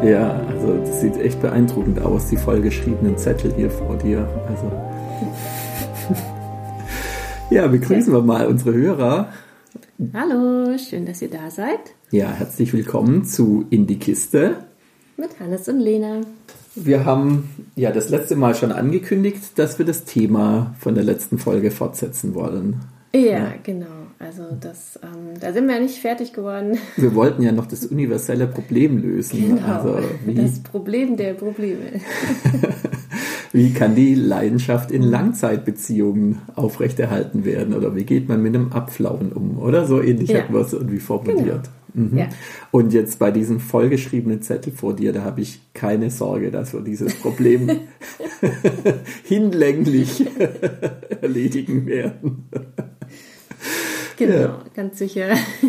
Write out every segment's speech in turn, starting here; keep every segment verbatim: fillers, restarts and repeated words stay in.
Ja, also das sieht echt beeindruckend aus, die vollgeschriebenen Zettel hier vor dir. Also ja, begrüßen wir mal unsere Hörer. Hallo, schön, dass ihr da seid. Ja, herzlich willkommen zu In die Kiste. Mit Hannes und Lena. Wir haben ja das letzte Mal schon angekündigt, dass wir das Thema von der letzten Folge fortsetzen wollen. Ja, ja. Genau. Also das, ähm, da sind wir ja nicht fertig geworden. Wir wollten ja noch das universelle Problem lösen. Genau, also wie, das Problem der Probleme. Wie kann die Leidenschaft in Langzeitbeziehungen aufrechterhalten werden? Oder wie geht man mit einem Abflauen um? Oder so ähnlich ja. hat man es irgendwie formuliert. Genau. Mhm. Ja. Und jetzt bei diesem vollgeschriebenen Zettel vor dir, da habe ich keine Sorge, dass wir dieses Problem hinlänglich erledigen werden. Genau, ja. Ganz sicher.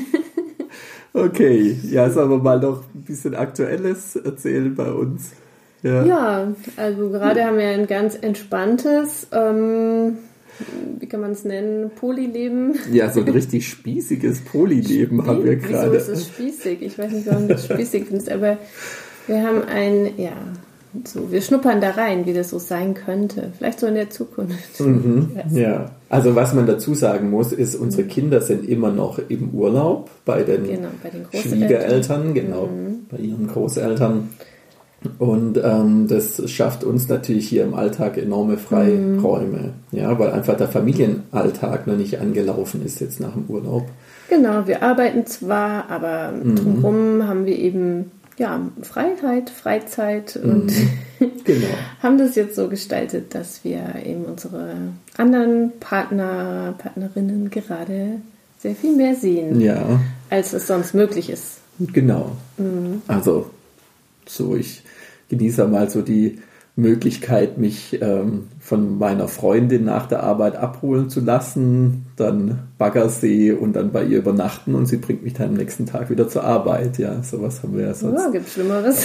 Okay, ja, sollen wir mal noch ein bisschen Aktuelles erzählen bei uns? Ja, ja also gerade ja. haben wir ein ganz entspanntes, ähm, wie kann man es nennen, Polyleben. Ja, so ein richtig spießiges Polyleben Spie- haben wir gerade. Wieso ist es spießig? Ich weiß nicht, warum du es spießig findest, aber wir haben ein, ja, so, wir schnuppern da rein, wie das so sein könnte. Vielleicht so in der Zukunft. Mhm, ja, also was man dazu sagen muss, ist, unsere Kinder sind immer noch im Urlaub bei den, genau, bei den Schwiegereltern, genau, mhm. bei ihren Großeltern. Und ähm, das schafft uns natürlich hier im Alltag enorme Freiräume, mhm. ja, weil einfach der Familienalltag noch nicht angelaufen ist jetzt nach dem Urlaub. Genau, wir arbeiten zwar, aber mhm. drumherum haben wir eben ja, Freiheit, Freizeit und mhm. genau. haben das jetzt so gestaltet, dass wir eben unsere anderen Partner, Partnerinnen gerade sehr viel mehr sehen, ja. als es sonst möglich ist. Genau. Mhm. Also so, ich genieße mal so die Möglichkeit, mich ähm, von meiner Freundin nach der Arbeit abholen zu lassen, dann Baggersee und dann bei ihr übernachten und sie bringt mich dann am nächsten Tag wieder zur Arbeit. Ja, sowas haben wir ja sonst. Ja, gibt's Schlimmeres.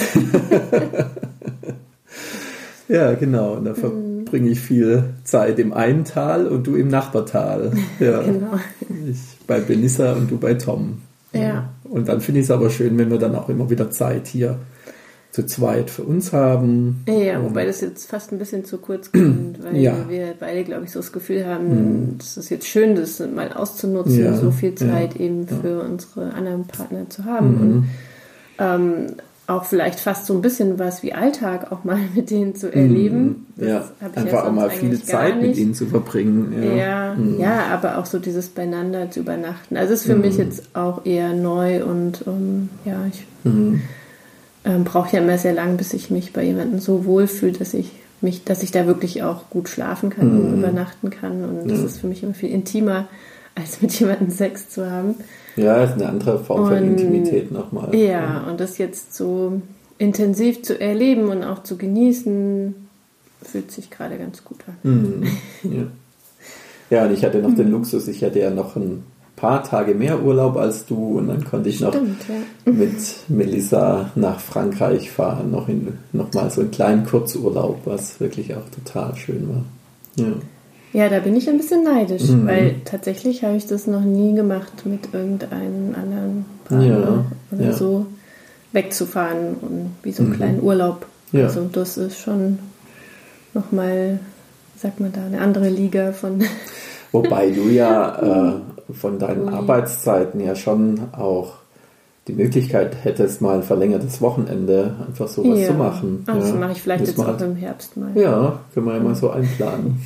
Ja, genau. Und da verbringe ich viel Zeit im einen Tal und du im Nachbartal. Ja. Genau. Ich bei Benissa und du bei Tom. Ja. Und dann finde ich es aber schön, wenn wir dann auch immer wieder Zeit hier zu zweit für uns haben. Ja, wobei das jetzt fast ein bisschen zu kurz kommt, weil ja. wir beide, glaube ich, so das Gefühl haben, es mhm. ist jetzt schön, das mal auszunutzen, ja. so viel Zeit ja. eben für ja. unsere anderen Partner zu haben mhm. und ähm, auch vielleicht fast so ein bisschen was wie Alltag auch mal mit denen zu erleben. Mhm. Ja, einfach auch mal viel Zeit mit ihnen zu verbringen. Ja, ja, mhm. ja, aber auch so dieses Beieinander zu übernachten. Also es ist für mhm. mich jetzt auch eher neu und um, ja, ich mhm. ähm, brauche ja immer sehr lang, bis ich mich bei jemandem so wohlfühle, dass ich mich, dass ich da wirklich auch gut schlafen kann mhm. und übernachten kann. Und das ja. ist für mich immer viel intimer, als mit jemandem Sex zu haben. Ja, ist eine andere Form und, von Intimität nochmal. Ja, ja, und das jetzt so intensiv zu erleben und auch zu genießen, fühlt sich gerade ganz gut an. Mhm. Ja. ja, und ich hatte noch mhm. den Luxus, ich hatte ja noch ein paar Tage mehr Urlaub als du und dann konnte ich noch Stimmt, ja. mit Melissa nach Frankreich fahren, noch, in, noch mal so einen kleinen Kurzurlaub, was wirklich auch total schön war. Ja. Ja, da bin ich ein bisschen neidisch, mhm. weil tatsächlich habe ich das noch nie gemacht, mit irgendeinem anderen Partner ja, oder ja. so wegzufahren und wie so einen mhm. kleinen Urlaub. Ja. Also das ist schon nochmal, wie sagt man da, eine andere Liga von... Wobei du ja äh, von deinen Arbeitszeiten ja schon auch die Möglichkeit hättest, mal ein verlängertes Wochenende einfach sowas ja. zu machen. Ach, das ja. mache ich vielleicht Müssen jetzt auch halt, im Herbst mal. Ja, können wir ja mal so einplanen.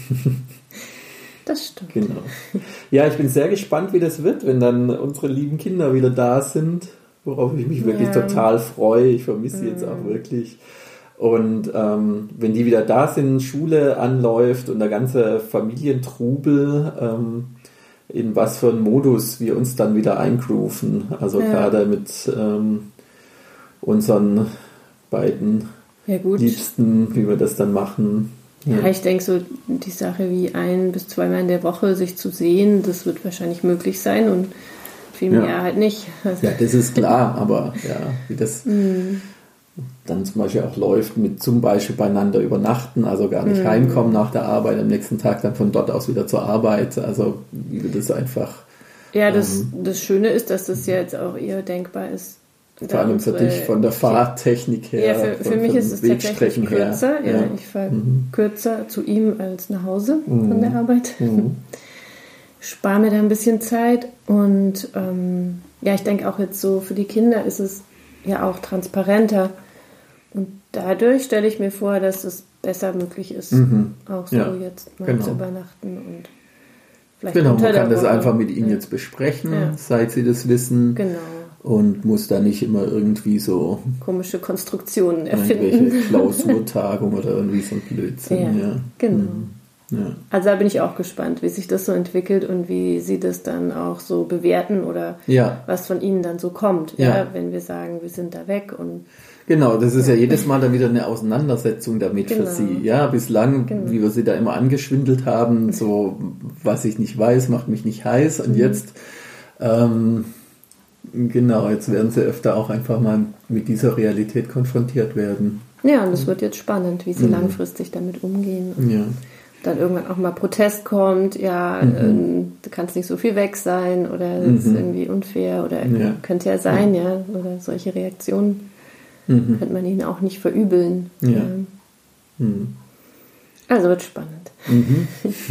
Das stimmt. Genau. Ja, ich bin sehr gespannt, wie das wird, wenn dann unsere lieben Kinder wieder da sind, worauf ich mich wirklich ja. total freue. Ich vermisse sie mhm. jetzt auch wirklich. Und ähm, wenn die wieder da sind, Schule anläuft und der ganze Familientrubel, ähm, in was für einen Modus wir uns dann wieder eingrooven. Also ja. gerade mit ähm, unseren beiden ja, gut. Liebsten, wie wir das dann machen. Ja, ja, ich denke so, die Sache wie ein- bis zweimal in der Woche sich zu sehen, das wird wahrscheinlich möglich sein und viel mehr ja. halt nicht. Also ja, das ist klar, aber ja, wie das mm. dann zum Beispiel auch läuft, mit zum Beispiel beieinander übernachten, also gar nicht mm. heimkommen nach der Arbeit, am nächsten Tag dann von dort aus wieder zur Arbeit, also wie wir das einfach... Ja, das, ähm, das Schöne ist, dass das ja jetzt auch eher denkbar ist, Vor allem für dich von der Fahrtechnik her. Ja, für, für von, mich ist es tatsächlich kürzer. Ja, ja. ich fahre mhm. kürzer zu ihm als nach Hause mhm. von der Arbeit. Mhm. Spare mir da ein bisschen Zeit. Und ähm, ja, ich denke auch jetzt so, für die Kinder ist es ja auch transparenter. Und dadurch stelle ich mir vor, dass es besser möglich ist, mhm. auch so ja. jetzt mal genau. zu übernachten und vielleicht genau, unter man kann der das Woche. einfach mit ihnen ja. jetzt besprechen, ja. seit sie das wissen. Genau. Und muss da nicht immer irgendwie so komische Konstruktionen erfinden. Irgendwelche Klausurtagungen oder irgendwie so ein Blödsinn. Ja, ja. genau. Mhm. Ja. Also da bin ich auch gespannt, wie sich das so entwickelt und wie sie das dann auch so bewerten oder ja. was von ihnen dann so kommt, ja. Ja, wenn wir sagen, wir sind da weg. Und genau, das ist ja, ja jedes Mal dann wieder eine Auseinandersetzung damit genau. für sie. Ja, bislang, genau. wie wir sie da immer angeschwindelt haben, so was ich nicht weiß, macht mich nicht heiß. Und mhm. jetzt ähm, genau, jetzt werden sie öfter auch einfach mal mit dieser Realität konfrontiert werden. Ja, und es wird jetzt spannend, wie sie mhm. langfristig damit umgehen. Und ja. dann irgendwann auch mal Protest kommt, ja, mhm. ähm, du kannst nicht so viel weg sein oder das mhm. ist irgendwie unfair oder ja. könnte ja sein, ja, ja oder solche Reaktionen mhm. könnte man ihnen auch nicht verübeln. Ja. Ja. Mhm. Also wird spannend. Mhm.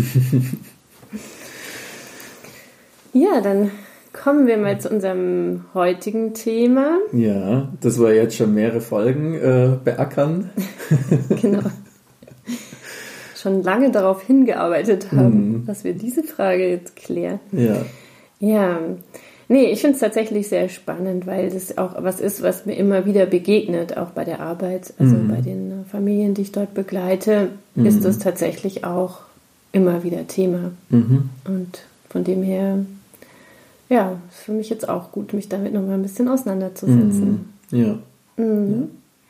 Ja, dann kommen wir mal zu unserem heutigen Thema. Ja, das wir jetzt schon mehrere Folgen äh, beackern. Genau. Schon lange darauf hingearbeitet haben, mm. dass wir diese Frage jetzt klären. Ja. Ja. Nee, ich finde es tatsächlich sehr spannend, weil das auch was ist, was mir immer wieder begegnet, auch bei der Arbeit, also mm. bei den Familien, die ich dort begleite, mm. ist das tatsächlich auch immer wieder Thema. Mm-hmm. Und von dem her ja, ist für mich jetzt auch gut, mich damit nochmal ein bisschen auseinanderzusetzen. Mm, ja. Mm.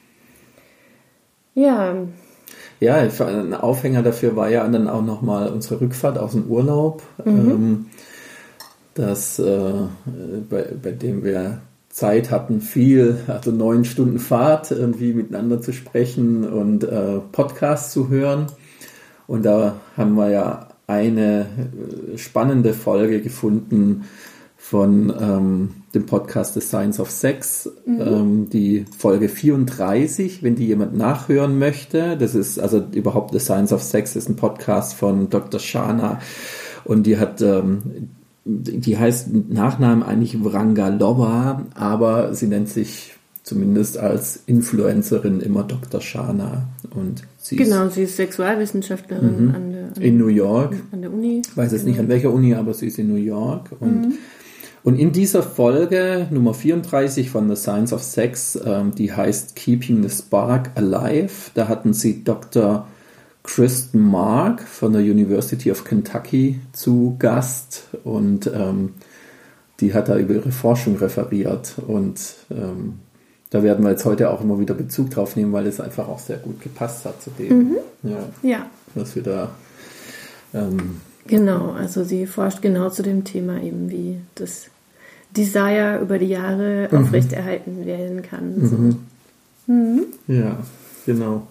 Ja. Ja, ein Aufhänger dafür war ja dann auch nochmal unsere Rückfahrt aus dem Urlaub, mhm. ähm, das, äh, bei, bei dem wir Zeit hatten, viel, also neun Stunden Fahrt irgendwie miteinander zu sprechen und äh, Podcasts zu hören. Und da haben wir ja eine spannende Folge gefunden, von ähm, dem Podcast The Science of Sex, mhm. ähm, die Folge vierunddreißig, wenn die jemand nachhören möchte. Das ist also überhaupt The Science of Sex ist ein Podcast von Doktor Shana und die hat, ähm, die heißt Nachnamen eigentlich Vrangalova, aber sie nennt sich zumindest als Influencerin immer Doktor Shana. Und sie genau, ist, sie ist Sexualwissenschaftlerin mhm, an der, an in New York. An der Uni. Ich weiß jetzt genau. nicht an welcher Uni, aber sie ist in New York. Und mhm. Und in dieser Folge Nummer vierunddreißig von The Science of Sex, ähm, die heißt Keeping the Spark Alive, da hatten sie Doktor Kristen Mark von der University of Kentucky zu Gast und ähm, die hat da über ihre Forschung referiert und ähm, da werden wir jetzt heute auch immer wieder Bezug drauf nehmen, weil es einfach auch sehr gut gepasst hat zu dem, mhm. ja, ja. was wir da ähm, genau, also sie forscht genau zu dem Thema eben, wie das Desire über die Jahre mhm. aufrechterhalten werden kann. So. Mhm. Mhm. Ja, genau.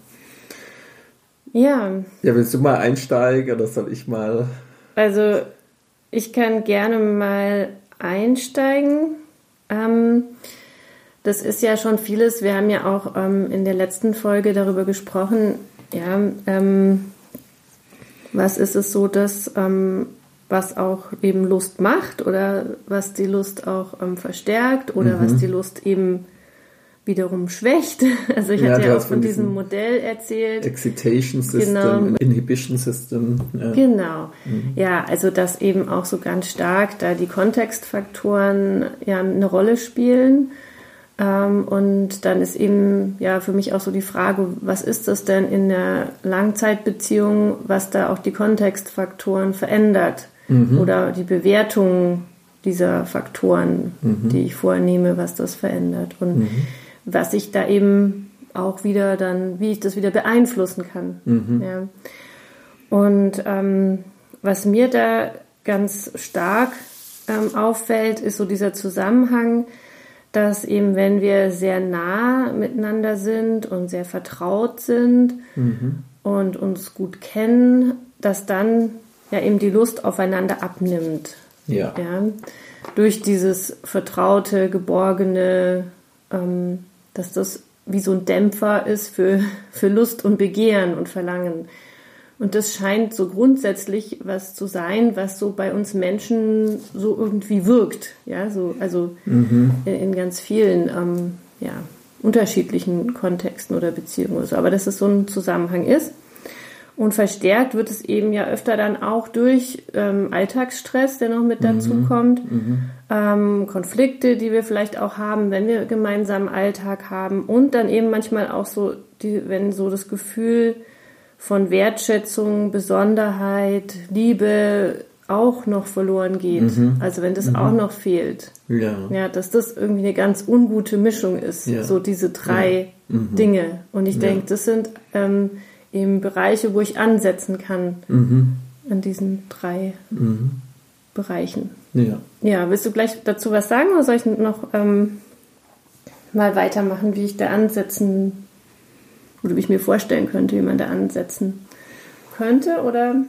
Ja. Ja, willst du mal einsteigen oder soll ich mal? Also ich kann gerne mal einsteigen. Ähm, das ist ja schon vieles. Wir haben ja auch ähm, in der letzten Folge darüber gesprochen, ja, ähm, was ist es so, dass ähm, was auch eben Lust macht oder was die Lust auch ähm, verstärkt oder mhm. was die Lust eben wiederum schwächt. Also ich ja, hatte ja auch von diesem Modell erzählt. Excitation System, genau. Inhibition System. Ja. Genau. Mhm. Ja, also dass eben auch so ganz stark da die Kontextfaktoren ja eine Rolle spielen. Ähm, und dann ist eben ja für mich auch so die Frage, was ist das denn in der Langzeitbeziehung, was da auch die Kontextfaktoren verändert mhm. oder die Bewertung dieser Faktoren, mhm. die ich vornehme, was das verändert und mhm. was ich da eben auch wieder dann, wie ich das wieder beeinflussen kann. Mhm. Ja. Und ähm, was mir da ganz stark ähm, auffällt, ist so dieser Zusammenhang, dass eben, wenn wir sehr nah miteinander sind und sehr vertraut sind mhm. und uns gut kennen, dass dann ja eben die Lust aufeinander abnimmt. Ja. Ja, durch dieses vertraute, geborgene, ähm, dass das wie so ein Dämpfer ist für, für Lust und Begehren und Verlangen. Und das scheint so grundsätzlich was zu sein, was so bei uns Menschen so irgendwie wirkt. Ja, so, also mhm. in, in ganz vielen ähm, ja, unterschiedlichen Kontexten oder Beziehungen oder so. Aber dass es so ein Zusammenhang ist. Und verstärkt wird es eben ja öfter dann auch durch ähm, Alltagsstress, der noch mit dazu mhm. kommt. Mhm. Ähm, Konflikte, die wir vielleicht auch haben, wenn wir gemeinsam Alltag haben. Und dann eben manchmal auch so, die, wenn so das Gefühl von Wertschätzung, Besonderheit, Liebe auch noch verloren geht. Mhm. Also wenn das mhm. auch noch fehlt. Ja. Ja, dass das irgendwie eine ganz ungute Mischung ist. Ja. So diese drei ja. mhm. Dinge. Und ich ja. denke, das sind ähm, eben Bereiche, wo ich ansetzen kann mhm. an diesen drei mhm. Bereichen. Ja. Ja, willst du gleich dazu was sagen oder soll ich noch ähm, mal weitermachen, wie ich da ansetzen oder wie ich mir vorstellen könnte, wie man da ansetzen könnte, oder?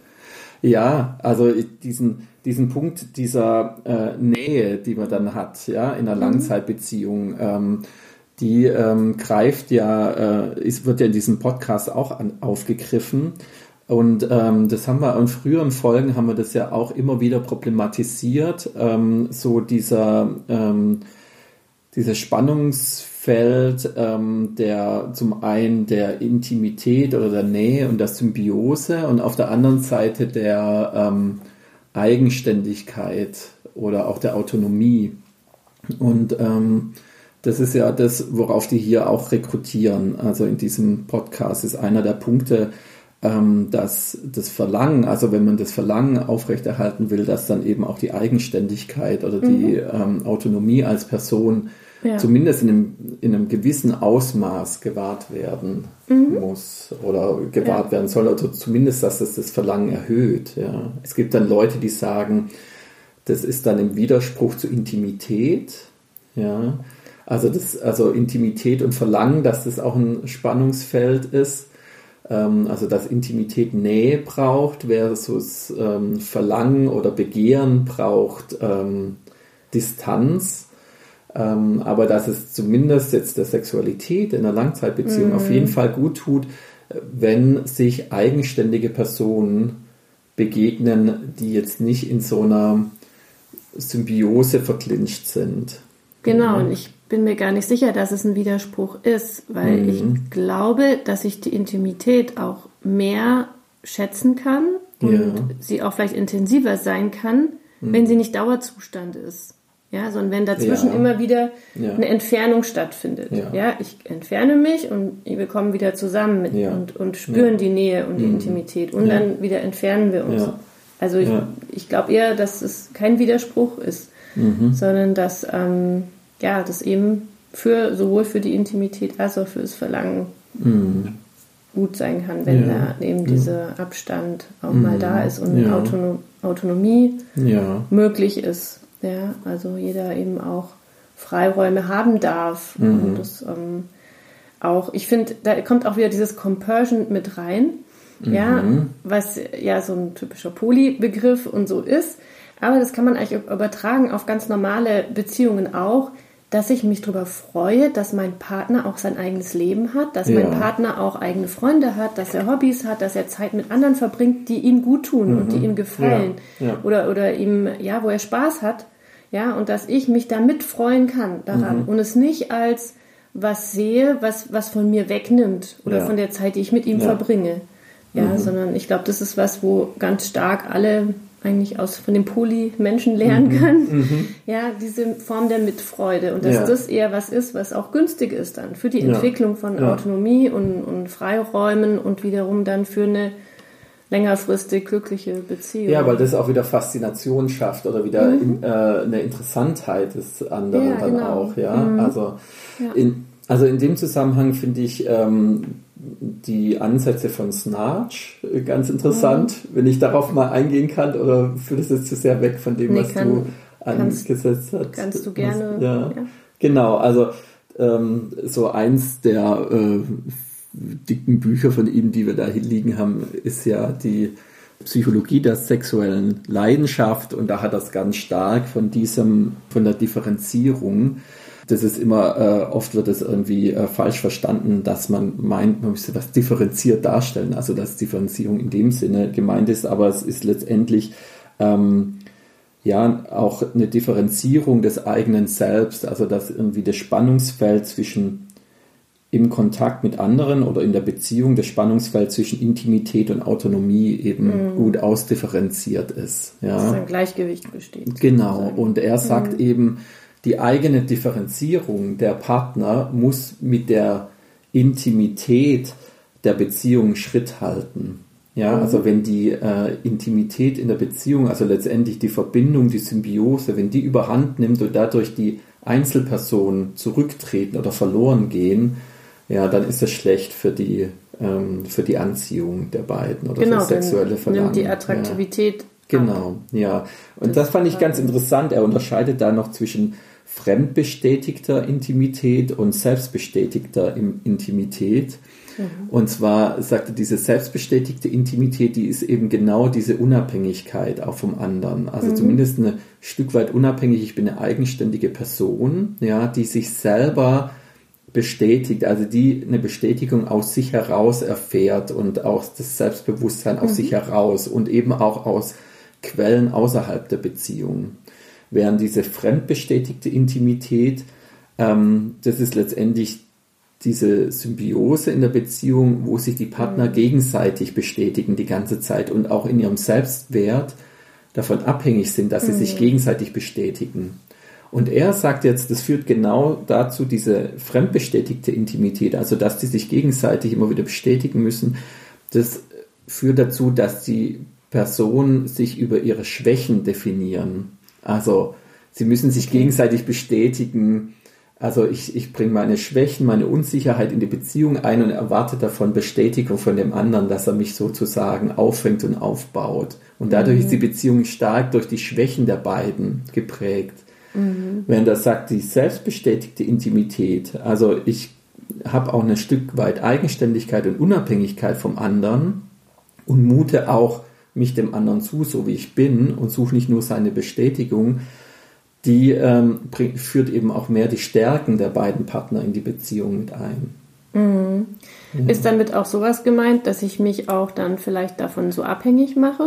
Ja, also diesen, diesen Punkt dieser äh, Nähe, die man dann hat, ja, in einer Langzeitbeziehung, ähm, die ähm, greift ja, äh, ist, wird ja in diesem Podcast auch an, aufgegriffen. Und ähm, das haben wir in früheren Folgen, haben wir das ja auch immer wieder problematisiert, ähm, so dieser, ähm, dieses Spannungsfeld ähm, der zum einen der Intimität oder der Nähe und der Symbiose und auf der anderen Seite der ähm, Eigenständigkeit oder auch der Autonomie. Und ähm, das ist ja das, worauf die hier auch rekrutieren. Also in diesem Podcast ist einer der Punkte, ähm, dass das Verlangen, also wenn man das Verlangen aufrechterhalten will, dass dann eben auch die Eigenständigkeit oder die mhm. ähm, Autonomie als Person ja. zumindest in einem, in einem gewissen Ausmaß gewahrt werden mhm. muss oder gewahrt ja. werden soll, oder zumindest, dass das das Verlangen erhöht. Ja. Es gibt dann Leute, die sagen, das ist dann im Widerspruch zur Intimität. Ja. Also, das, also Intimität und Verlangen, dass das auch ein Spannungsfeld ist. Ähm, also dass Intimität Nähe braucht, versus ähm, Verlangen oder Begehren braucht ähm, Distanz. Ähm, aber dass es zumindest jetzt der Sexualität in einer Langzeitbeziehung mhm. auf jeden Fall gut tut, wenn sich eigenständige Personen begegnen, die jetzt nicht in so einer Symbiose verklincht sind. Genau, und ich bin mir gar nicht sicher, dass es ein Widerspruch ist, weil mhm. ich glaube, dass ich die Intimität auch mehr schätzen kann und ja. sie auch vielleicht intensiver sein kann, mhm. wenn sie nicht Dauerzustand ist. Ja, sondern wenn dazwischen ja. immer wieder ja. eine Entfernung stattfindet. Ja. ja, ich entferne mich und wir kommen wieder zusammen mit ja. und, und spüren ja. die Nähe und die mhm. Intimität und ja. dann wieder entfernen wir uns. Ja. Also ich, ja. ich glaube eher, dass es kein Widerspruch ist, mhm. sondern dass ähm, ja, das eben für sowohl für die Intimität als auch für das Verlangen mhm. gut sein kann, wenn ja. da eben ja. dieser Abstand auch mhm. mal da ist und ja. Autonom- Autonomie ja. möglich ist. Ja, also jeder eben auch Freiräume haben darf. Mhm. Und das ähm, auch, ich finde, da kommt auch wieder dieses Compersion mit rein, mhm. ja, was ja so ein typischer Poly-Begriff und so ist. Aber das kann man eigentlich übertragen auf ganz normale Beziehungen auch, dass ich mich darüber freue, dass mein Partner auch sein eigenes Leben hat, dass ja. mein Partner auch eigene Freunde hat, dass er Hobbys hat, dass er Zeit mit anderen verbringt, die ihm gut tun mhm. und die ihm gefallen ja. Ja. Oder, oder ihm, ja, wo er Spaß hat. Ja, und dass ich mich da mitfreuen kann daran mhm. und es nicht als was sehe, was, was von mir wegnimmt oder ja. von der Zeit, die ich mit ihm ja. verbringe. Ja, mhm. sondern ich glaube, das ist was, wo ganz stark alle eigentlich aus von den Poly-Menschen lernen mhm. können. Mhm. Ja, diese Form der Mitfreude und dass ja. das eher was ist, was auch günstig ist dann für die ja. Entwicklung von ja. Autonomie und, und Freiräumen und wiederum dann für eine längerfristig glückliche Beziehung. Ja, weil das auch wieder Faszination schafft oder wieder mhm. in, äh, eine Interessantheit des anderen ja, dann genau. auch. Ja, mhm. also, ja. In, also in dem Zusammenhang finde ich ähm, die Ansätze von Snarch ganz interessant, mhm. wenn ich darauf mal eingehen kann, oder führt es jetzt zu sehr weg von dem, nee, was kann, du angesetzt hast? Kannst du gerne. Ja. Ja. Genau, also ähm, so eins der äh, dicken Bücher von ihm, die wir da liegen haben, ist ja die Psychologie der sexuellen Leidenschaft, und da hat das ganz stark von diesem, von der Differenzierung. das ist immer, äh, oft wird es irgendwie äh, falsch verstanden, dass man meint, man müsste was differenziert darstellen, also dass Differenzierung in dem Sinne gemeint ist, aber es ist letztendlich ähm, ja auch eine Differenzierung des eigenen Selbst, also dass irgendwie das Spannungsfeld zwischen im Kontakt mit anderen oder in der Beziehung, das Spannungsfeld zwischen Intimität und Autonomie eben mm. gut ausdifferenziert ist. Ja. Dass ein Gleichgewicht besteht. Genau, sozusagen. Und er sagt mm. eben, die eigene Differenzierung der Partner muss mit der Intimität der Beziehung Schritt halten. Ja, mm. also wenn die äh, Intimität in der Beziehung, also letztendlich die Verbindung, die Symbiose, wenn die überhand nimmt und dadurch die Einzelpersonen zurücktreten oder verloren gehen, ja, dann ist es schlecht für die, ähm, für die Anziehung der beiden oder genau, für sexuelle Verlangen. Nimmt die Attraktivität ja. Genau, ja. Und das, das fand ich ganz interessant. Er unterscheidet da noch zwischen fremdbestätigter Intimität und selbstbestätigter Intimität. Mhm. Und zwar sagte diese selbstbestätigte Intimität, die ist eben genau diese Unabhängigkeit auch vom anderen. Also mhm. zumindest ein Stück weit unabhängig. Ich bin eine eigenständige Person, ja, die sich selber bestätigt, also die eine Bestätigung aus sich heraus erfährt und auch das Selbstbewusstsein aus mhm. sich heraus und eben auch aus Quellen außerhalb der Beziehung. Während diese fremdbestätigte Intimität, ähm, das ist letztendlich diese Symbiose in der Beziehung, wo sich die Partner mhm. gegenseitig bestätigen die ganze Zeit und auch in ihrem Selbstwert davon abhängig sind, dass sie mhm. sich gegenseitig bestätigen. Und er sagt jetzt, das führt genau dazu, diese fremdbestätigte Intimität, also dass die sich gegenseitig immer wieder bestätigen müssen, das führt dazu, dass die Personen sich über ihre Schwächen definieren. Also sie müssen sich okay. gegenseitig bestätigen, also ich, ich bringe meine Schwächen, meine Unsicherheit in die Beziehung ein und erwarte davon Bestätigung von dem anderen, dass er mich sozusagen auffängt und aufbaut. Und dadurch mhm. ist die Beziehung stark durch die Schwächen der beiden geprägt. Mhm. Wenn er sagt, die selbstbestätigte Intimität, also ich habe auch ein Stück weit Eigenständigkeit und Unabhängigkeit vom anderen und mute auch mich dem anderen zu, so wie ich bin und suche nicht nur seine Bestätigung, die ähm, bring, führt eben auch mehr die Stärken der beiden Partner in die Beziehung mit ein. Mhm. Ja. Ist damit auch sowas gemeint, dass ich mich auch dann vielleicht davon so abhängig mache,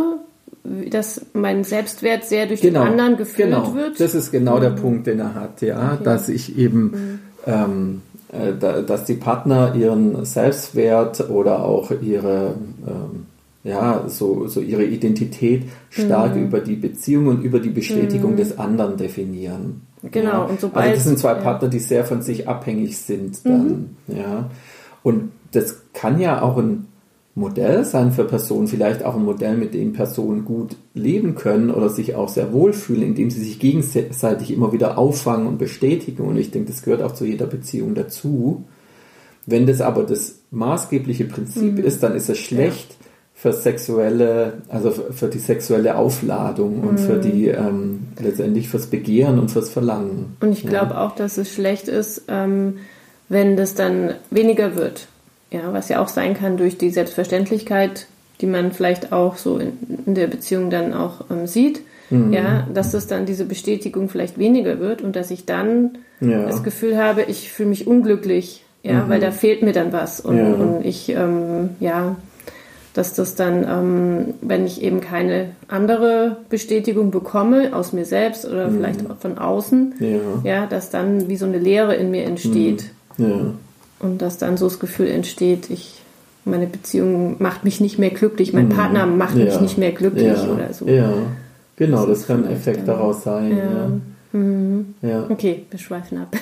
dass mein Selbstwert sehr durch genau, den anderen geführt genau. wird? Das ist genau mhm. der Punkt, den er hat, ja, okay. dass ich eben, mhm. ähm, äh, da, dass die Partner ihren Selbstwert oder auch ihre, ähm, ja, so, so ihre Identität stark mhm. über die Beziehung und über die Bestätigung mhm. des anderen definieren. Genau. Ja. Und sobald, also das sind zwei ja. Partner, die sehr von sich abhängig sind dann, mhm. ja. Und das kann ja auch ein Modell sein für Personen, vielleicht auch ein Modell, mit dem Personen gut leben können oder sich auch sehr wohlfühlen, indem sie sich gegenseitig immer wieder auffangen und bestätigen. Und ich denke, das gehört auch zu jeder Beziehung dazu. Wenn das aber das maßgebliche Prinzip mhm. ist, dann ist es schlecht ja. für sexuelle, also für die sexuelle Aufladung mhm. und für die ähm, letztendlich fürs Begehren und fürs Verlangen. Und ich glaube ja. auch, dass es schlecht ist, ähm, wenn das dann weniger wird. Ja, was ja auch sein kann durch die Selbstverständlichkeit, die man vielleicht auch so in, in der Beziehung dann auch ähm, sieht, mhm. ja, dass das dann diese Bestätigung vielleicht weniger wird und dass ich dann ja. das Gefühl habe, ich fühle mich unglücklich, ja, mhm. weil da fehlt mir dann was und, ja. und ich, ähm, ja, dass das dann, ähm, wenn ich eben keine andere Bestätigung bekomme aus mir selbst oder mhm. vielleicht auch von außen, ja. ja, dass dann wie so eine Leere in mir entsteht. Mhm. Ja. Und dass dann so das Gefühl entsteht, ich, meine Beziehung macht mich nicht mehr glücklich, mein Partner macht ja. mich nicht mehr glücklich ja. oder so. Ja, genau, das, das kann ein Effekt dann daraus sein. Ja. Ja. Mhm. Ja. Okay, wir schweifen ab.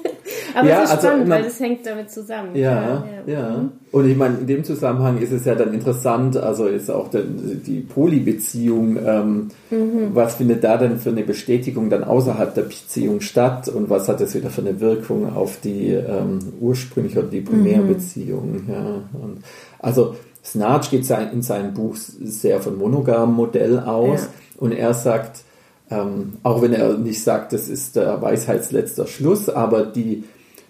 Aber ja, es ist also spannend, man, weil das hängt damit zusammen. Ja, ja. ja. Mhm. Und ich meine, in dem Zusammenhang ist es ja dann interessant, also ist auch der, die Polybeziehung, ähm, mhm. was findet da denn für eine Bestätigung dann außerhalb der Beziehung statt und was hat das wieder für eine Wirkung auf die ähm, ursprüngliche oder die Primärbeziehung. Mhm. Ja. Und also Snarch geht in seinem Buch sehr von monogamem Modell aus ja. und er sagt, ähm, auch wenn er nicht sagt, das ist der Weisheitsletzter Schluss, aber die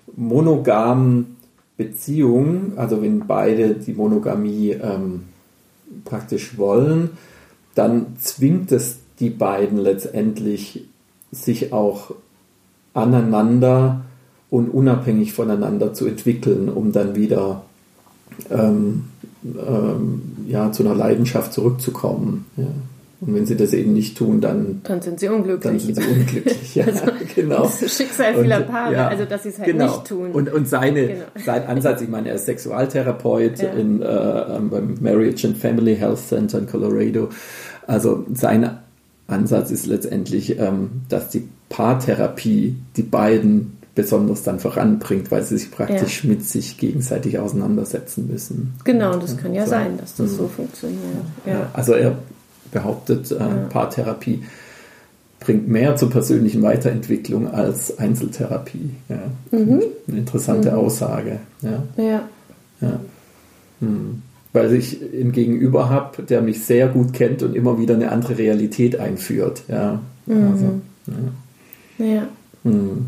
monogamen Beziehungen, also wenn beide die Monogamie ähm, praktisch wollen, dann zwingt es die beiden letztendlich, sich auch aneinander und unabhängig voneinander zu entwickeln, um dann wieder ähm, ähm, ja, zu einer Leidenschaft zurückzukommen. Ja. Und wenn sie das eben nicht tun, dann, dann sind sie unglücklich. Dann sind sie unglücklich, ja, also, genau. Das ist Schicksal vieler Paare, ja, also dass sie es halt genau. nicht tun. Und, und seine, genau. sein Ansatz, ich meine, er ist Sexualtherapeut ja. in, äh, beim Marriage and Family Health Center in Colorado. Also sein Ansatz ist letztendlich, ähm, dass die Paartherapie die beiden besonders dann voranbringt, weil sie sich praktisch ja. mit sich gegenseitig auseinandersetzen müssen. Genau, und das kann ja so. sein, dass das mhm. so funktioniert. Ja. Also er behauptet, äh, ja. Paartherapie bringt mehr zur persönlichen Weiterentwicklung als Einzeltherapie. Ja. Mhm. Eine interessante mhm. Aussage. Ja. ja. ja. Hm. Weil ich einen Gegenüber habe, der mich sehr gut kennt und immer wieder eine andere Realität einführt. Ja. Mhm. Also, ja. Ja. Hm.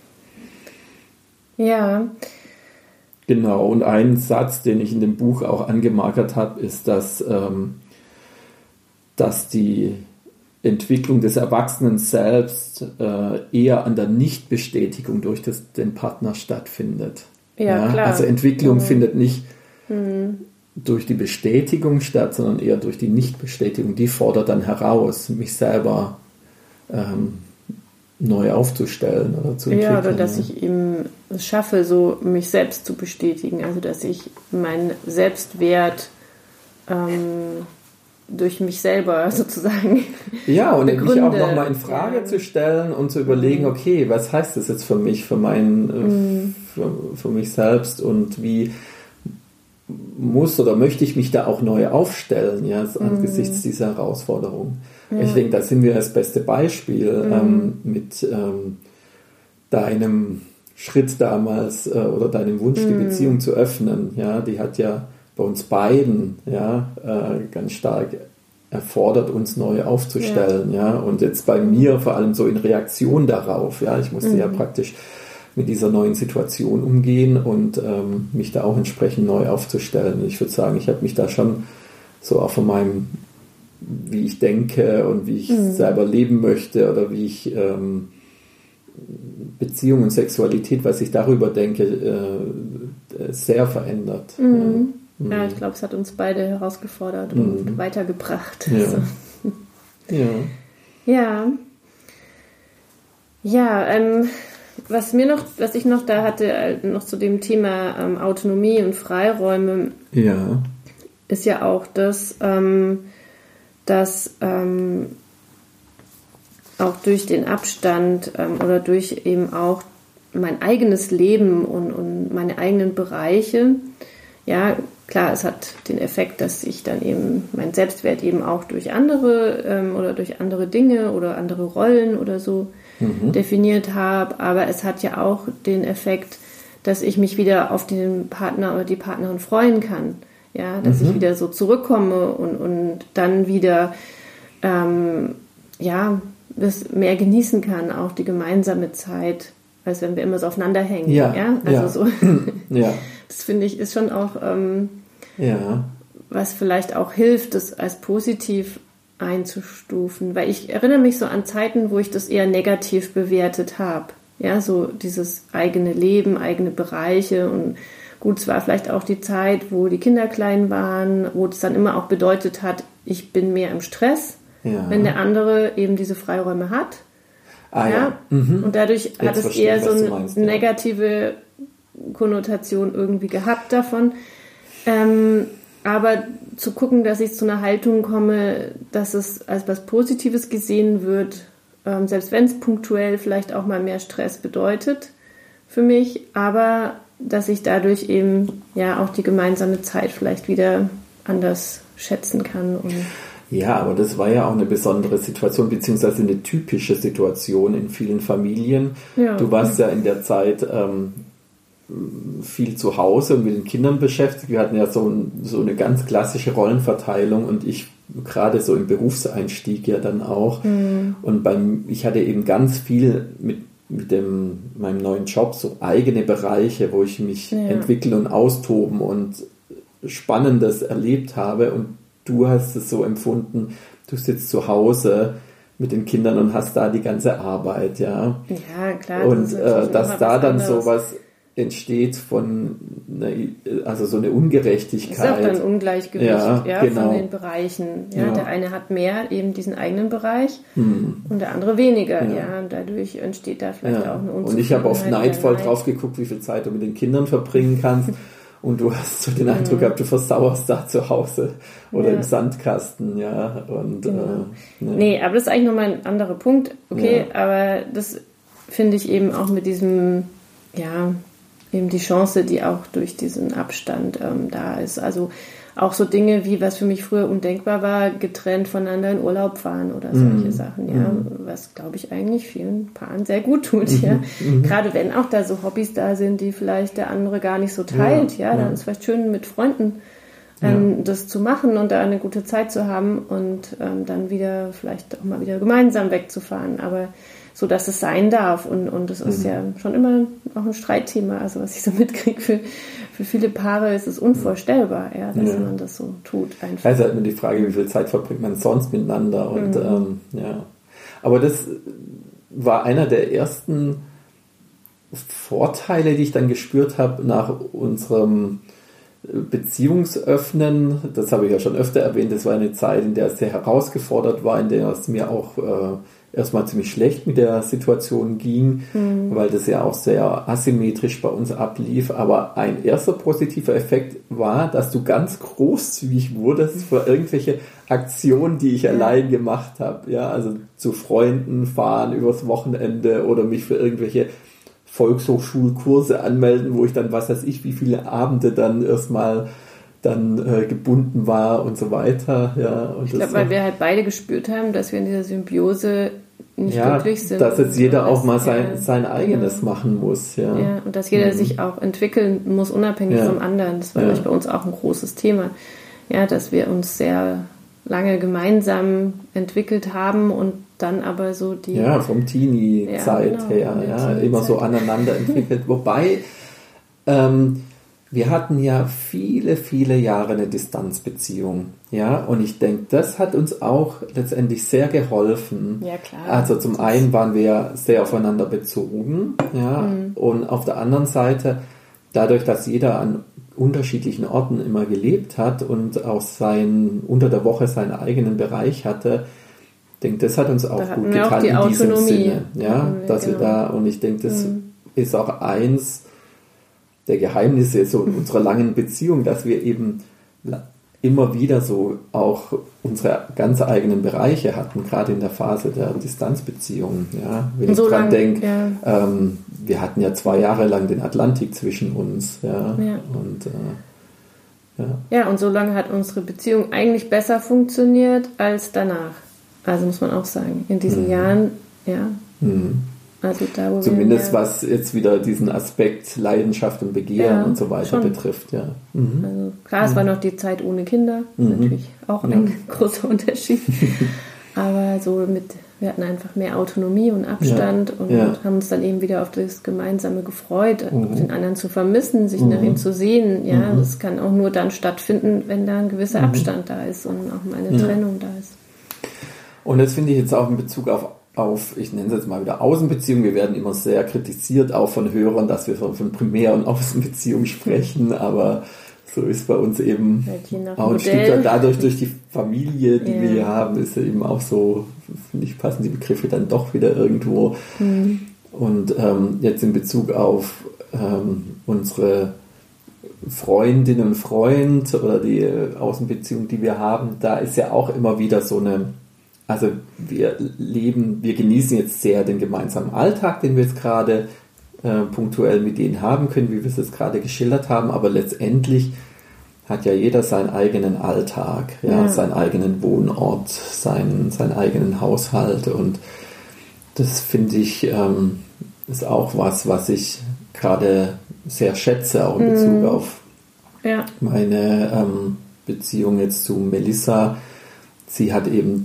ja. Genau, und ein Satz, den ich in dem Buch auch angemarkert habe, ist, dass ähm, dass die Entwicklung des Erwachsenen selbst äh, eher an der Nichtbestätigung durch das, den Partner stattfindet. Ja, ja? klar. Also Entwicklung mhm. findet nicht mhm. durch die Bestätigung statt, sondern eher durch die Nichtbestätigung. Die fordert dann heraus, mich selber ähm, neu aufzustellen oder zu entwickeln. Ja, oder dass ja. ich eben es schaffe, so mich selbst zu bestätigen. Also dass ich meinen Selbstwert ähm, durch mich selber sozusagen ja, und begründe. mich auch nochmal in Frage ja. zu stellen und zu überlegen, okay, was heißt das jetzt für mich, für, mein, mhm. für, für mich selbst und wie muss oder möchte ich mich da auch neu aufstellen, ja, angesichts mhm. dieser Herausforderung. Ja. Ich denke, da sind wir das beste Beispiel mhm. ähm, mit ähm, deinem Schritt damals äh, oder deinem Wunsch, die mhm. Beziehung zu öffnen. Ja, die hat ja bei uns beiden ja, äh, ganz stark erfordert, uns neu aufzustellen. Ja. ja. Und jetzt bei mir vor allem so in Reaktion darauf. Ja. Ich musste mhm. ja praktisch mit dieser neuen Situation umgehen und ähm, mich da auch entsprechend neu aufzustellen. Ich würde sagen, ich habe mich da schon so auch von meinem, wie ich denke und wie ich mhm. selber leben möchte oder wie ich ähm, Beziehung und Sexualität, was ich darüber denke, äh, sehr verändert. Mhm. Ja. ja, ich glaube, es hat uns beide herausgefordert mhm. und weitergebracht. Ja. Also. ja. Ja. Ja, ähm, was mir noch, was ich noch da hatte, noch zu dem Thema ähm, Autonomie und Freiräume, ja. ist ja auch das, ähm, dass ähm, auch durch den Abstand ähm, oder durch eben auch mein eigenes Leben und, und meine eigenen Bereiche, ja, klar, es hat den Effekt, dass ich dann eben meinen Selbstwert eben auch durch andere ähm, oder durch andere Dinge oder andere Rollen oder so mhm. definiert habe, aber es hat ja auch den Effekt, dass ich mich wieder auf den Partner oder die Partnerin freuen kann, ja, dass mhm. ich wieder so zurückkomme und, und dann wieder ähm, ja, das mehr genießen kann, auch die gemeinsame Zeit, als wenn wir immer so aufeinander hängen. Ja, ja? Also ja. so. ja. Das finde ich ist schon auch ähm, ja. was vielleicht auch hilft, das als positiv einzustufen, weil ich erinnere mich so an Zeiten, wo ich das eher negativ bewertet habe. Ja, so dieses eigene Leben, eigene Bereiche und gut, es war vielleicht auch die Zeit, wo die Kinder klein waren, wo es dann immer auch bedeutet hat, ich bin mehr im Stress, ja. wenn der andere eben diese Freiräume hat. Ah, ja. ja. Mhm. Und dadurch Jetzt hat es eher so eine meinst, negative Konnotation irgendwie gehabt davon. Ähm, aber zu gucken, dass ich zu einer Haltung komme, dass es als was Positives gesehen wird, ähm, selbst wenn es punktuell vielleicht auch mal mehr Stress bedeutet für mich, aber dass ich dadurch eben ja auch die gemeinsame Zeit vielleicht wieder anders schätzen kann. Und ja, aber das war ja auch eine besondere Situation, beziehungsweise eine typische Situation in vielen Familien. Ja. Du warst ja in der Zeit ähm, viel zu Hause und mit den Kindern beschäftigt. Wir hatten ja so, ein, so eine ganz klassische Rollenverteilung und ich gerade so im Berufseinstieg ja dann auch. Mhm. Und beim, ich hatte eben ganz viel mit, mit dem, meinem neuen Job so eigene Bereiche, wo ich mich ja. entwickeln und austoben und Spannendes erlebt habe und du hast es so empfunden, du sitzt zu Hause mit den Kindern und hast da die ganze Arbeit, ja. Ja, klar. Und das äh, dass da dann anderes. sowas entsteht von, eine, also so eine Ungerechtigkeit. Es ist auch dann ein Ungleichgewicht ja, ja, genau. von den Bereichen. Ja, ja. Der eine hat mehr, eben diesen eigenen Bereich hm. und der andere weniger. Ja. Ja, und dadurch entsteht da vielleicht ja. auch eine Unzufriedenheit. Und ich habe oft neidvoll drauf geguckt, wie viel Zeit du mit den Kindern verbringen kannst. Und du hast so den Eindruck gehabt, du versauerst da zu Hause oder ja. im Sandkasten, ja. Und, genau. äh, ne. Nee, aber das ist eigentlich nochmal ein anderer Punkt. Okay, ja. aber das finde ich eben auch mit diesem, ja, eben die Chance, die auch durch diesen Abstand ähm, da ist. Also auch so Dinge wie, was für mich früher undenkbar war, getrennt voneinander in Urlaub fahren oder solche mm. Sachen, ja, mm. was, glaube ich, eigentlich vielen Paaren sehr gut tut, mm-hmm. ja. Mm-hmm. Gerade wenn auch da so Hobbys da sind, die vielleicht der andere gar nicht so teilt, ja, ja, dann ja. ist es vielleicht schön, mit Freunden ähm, ja. das zu machen und da eine gute Zeit zu haben und ähm, dann wieder vielleicht auch mal wieder gemeinsam wegzufahren, aber so, dass es sein darf. Und, und das ist mhm. ja schon immer auch ein Streitthema. Also was ich so mitkriege, für, für viele Paare ist es unvorstellbar, ja, dass ja. man das so tut. Einfach. Also halt nur die Frage, wie viel Zeit verbringt man sonst miteinander. Und, mhm. ähm, ja. Aber das war einer der ersten Vorteile, die ich dann gespürt habe nach unserem Beziehungsöffnen. Das habe ich ja schon öfter erwähnt. Das war eine Zeit, in der es sehr herausgefordert war, in der es mir auch äh, erstmal ziemlich schlecht mit der Situation ging, mhm. weil das ja auch sehr asymmetrisch bei uns ablief. Aber ein erster positiver Effekt war, dass du ganz großzügig wurdest für irgendwelche Aktionen, die ich ja. allein gemacht habe. Ja, also zu Freunden fahren übers Wochenende oder mich für irgendwelche Volkshochschulkurse anmelden, wo ich dann, was weiß ich, wie viele Abende dann erstmal dann äh, gebunden war und so weiter. Ja, und ich glaube, weil wir halt beide gespürt haben, dass wir in dieser Symbiose nicht ja, glücklich sind. Dass jetzt jeder auch mal sein, ja, sein eigenes ja. machen muss. Ja. ja, und dass jeder mhm. sich auch entwickeln muss, unabhängig ja. vom anderen. Das war ja. bei uns auch ein großes Thema. Ja, dass wir uns sehr lange gemeinsam entwickelt haben und dann aber so die... Ja, vom Teenie-Zeit ja, genau, her, ja, Teenie-Zeit. Immer so aneinander entwickelt. Wobei, ähm, wir hatten ja viele, viele Jahre eine Distanzbeziehung, ja, und ich denke, das hat uns auch letztendlich sehr geholfen. Ja, klar. Also zum einen waren wir sehr aufeinander bezogen, ja, mhm. und auf der anderen Seite, dadurch, dass jeder an unterschiedlichen Orten immer gelebt hat und auch sein, unter der Woche seinen eigenen Bereich hatte, ich denke, das hat uns auch da gut getan in diesem Sinne, ja, wir, dass genau. wir da, und ich denke, das mhm. ist auch eins der Geheimnisse so unserer langen Beziehung, dass wir eben immer wieder so auch unsere ganz eigenen Bereiche hatten, gerade in der Phase der Distanzbeziehung. Ja, wenn so ich dran denke, ja. ähm, wir hatten ja zwei Jahre lang den Atlantik zwischen uns. Ja, ja. Und, äh, ja. ja, und so lange hat unsere Beziehung eigentlich besser funktioniert als danach. Also muss man auch sagen, in diesen mhm. Jahren, ja. Mhm. Also da, wo Zumindest wir, was jetzt wieder diesen Aspekt Leidenschaft und Begehren ja, und so weiter schon. betrifft. Ja. Mhm. Also klar, es mhm. war noch die Zeit ohne Kinder, mhm. natürlich auch ein ja. großer Unterschied. Aber so mit, wir hatten einfach mehr Autonomie und Abstand ja. und ja. haben uns dann eben wieder auf das Gemeinsame gefreut, mhm. den anderen zu vermissen, sich mhm. nach ihm zu sehen. Ja, mhm. das kann auch nur dann stattfinden, wenn da ein gewisser mhm. Abstand da ist und auch mal eine ja. Trennung da ist. Und das finde ich jetzt auch in Bezug auf auf, ich nenne es jetzt mal wieder Außenbeziehungen. Wir werden immer sehr kritisiert, auch von Hörern, dass wir von Primär- und Außenbeziehungen sprechen, aber so ist bei uns eben halt auch ein Modell. Stück weit dadurch, durch die Familie, die ja. wir hier haben, ist ja eben auch so, finde ich, passen die Begriffe dann doch wieder irgendwo. Mhm. Und ähm, jetzt in Bezug auf ähm, unsere Freundin und Freund oder die Außenbeziehung, die wir haben, da ist ja auch immer wieder so eine, also wir leben, wir genießen jetzt sehr den gemeinsamen Alltag, den wir jetzt gerade äh, punktuell mit denen haben können, wie wir es jetzt gerade geschildert haben, aber letztendlich hat ja jeder seinen eigenen Alltag, ja, ja. seinen eigenen Wohnort, seinen, seinen eigenen Haushalt, und das finde ich ähm, ist auch was, was ich gerade sehr schätze, auch in Bezug mm. auf ja. meine ähm, Beziehung jetzt zu Melissa. Sie hat eben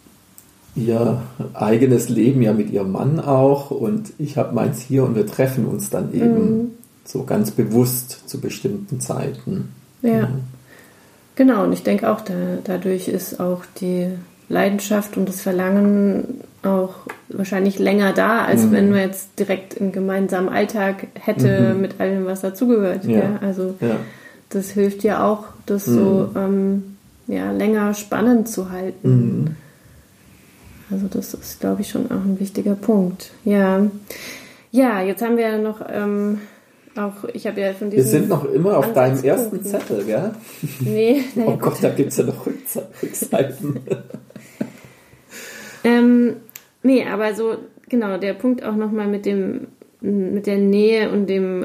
ihr eigenes Leben ja mit ihrem Mann auch, und ich habe meins hier, und wir treffen uns dann eben mhm. so ganz bewusst zu bestimmten Zeiten. Ja, mhm. genau, und ich denke auch, da, dadurch ist auch die Leidenschaft und das Verlangen auch wahrscheinlich länger da, als mhm. wenn man jetzt direkt einen gemeinsamen Alltag hätte mhm. mit allem, was dazugehört. Ja. Ja? Also ja. das hilft ja auch, das mhm. so ähm, ja, länger spannend zu halten. Mhm. Also das ist, glaube ich, schon auch ein wichtiger Punkt. Ja, ja, jetzt haben wir ja noch ähm, auch, ich habe ja von diesem... Wir sind noch immer auf deinem ersten Zettel, gell? Nee. Oh Gott, da gibt es ja noch Rückseiten. ähm, nee, aber so, genau, der Punkt auch nochmal mit dem, mit der Nähe und dem,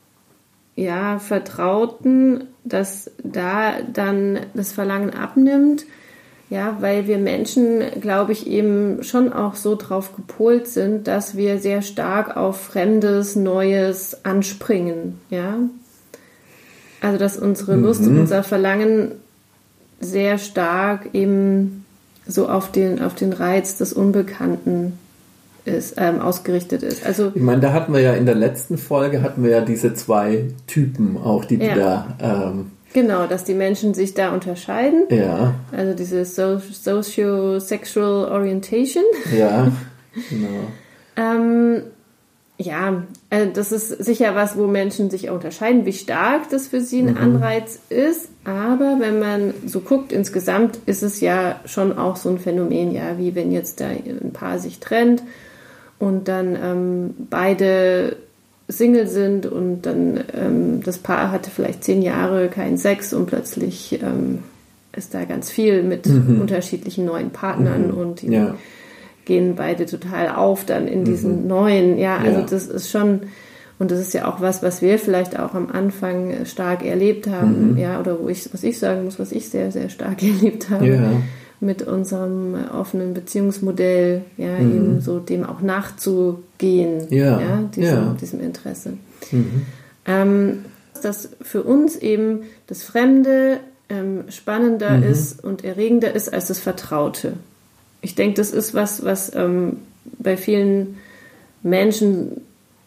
ja, Vertrauten, dass da dann das Verlangen abnimmt, ja, weil wir Menschen, glaube ich, eben schon auch so drauf gepolt sind, dass wir sehr stark auf Fremdes, Neues anspringen, ja. Also, dass unsere Lust mhm. und unser Verlangen sehr stark eben so auf den, auf den Reiz des Unbekannten ist, ähm, ausgerichtet ist. Also, ich meine, da hatten wir ja in der letzten Folge hatten wir ja diese zwei Typen auch, die ja. da ähm, genau, dass die Menschen sich da unterscheiden. Ja. Also diese so- Socio-Sexual Orientation. Ja, genau. ähm, ja, äh, das ist sicher was, wo Menschen sich unterscheiden, wie stark das für sie ein mhm. Anreiz ist. Aber wenn man so guckt, insgesamt ist es ja schon auch so ein Phänomen, ja, wie wenn jetzt da ein Paar sich trennt und dann ähm, beide Single sind und dann ähm, das Paar hatte vielleicht zehn Jahre keinen Sex und plötzlich ähm, ist da ganz viel mit mhm. unterschiedlichen neuen Partnern mhm. und die ja. gehen beide total auf dann in diesen mhm. neuen, ja, also ja. das ist schon, und das ist ja auch was, was wir vielleicht auch am Anfang stark erlebt haben, mhm. ja, oder wo ich, was ich sagen muss, was ich sehr, sehr stark erlebt habe. Ja. Mit unserem offenen Beziehungsmodell, ja, mhm. eben so dem auch nachzugehen, ja, ja, diesem, ja. diesem Interesse. Mhm. Ähm, dass für uns eben das Fremde ähm, spannender mhm. ist und erregender ist als das Vertraute. Ich denke, das ist was, was ähm, bei vielen Menschen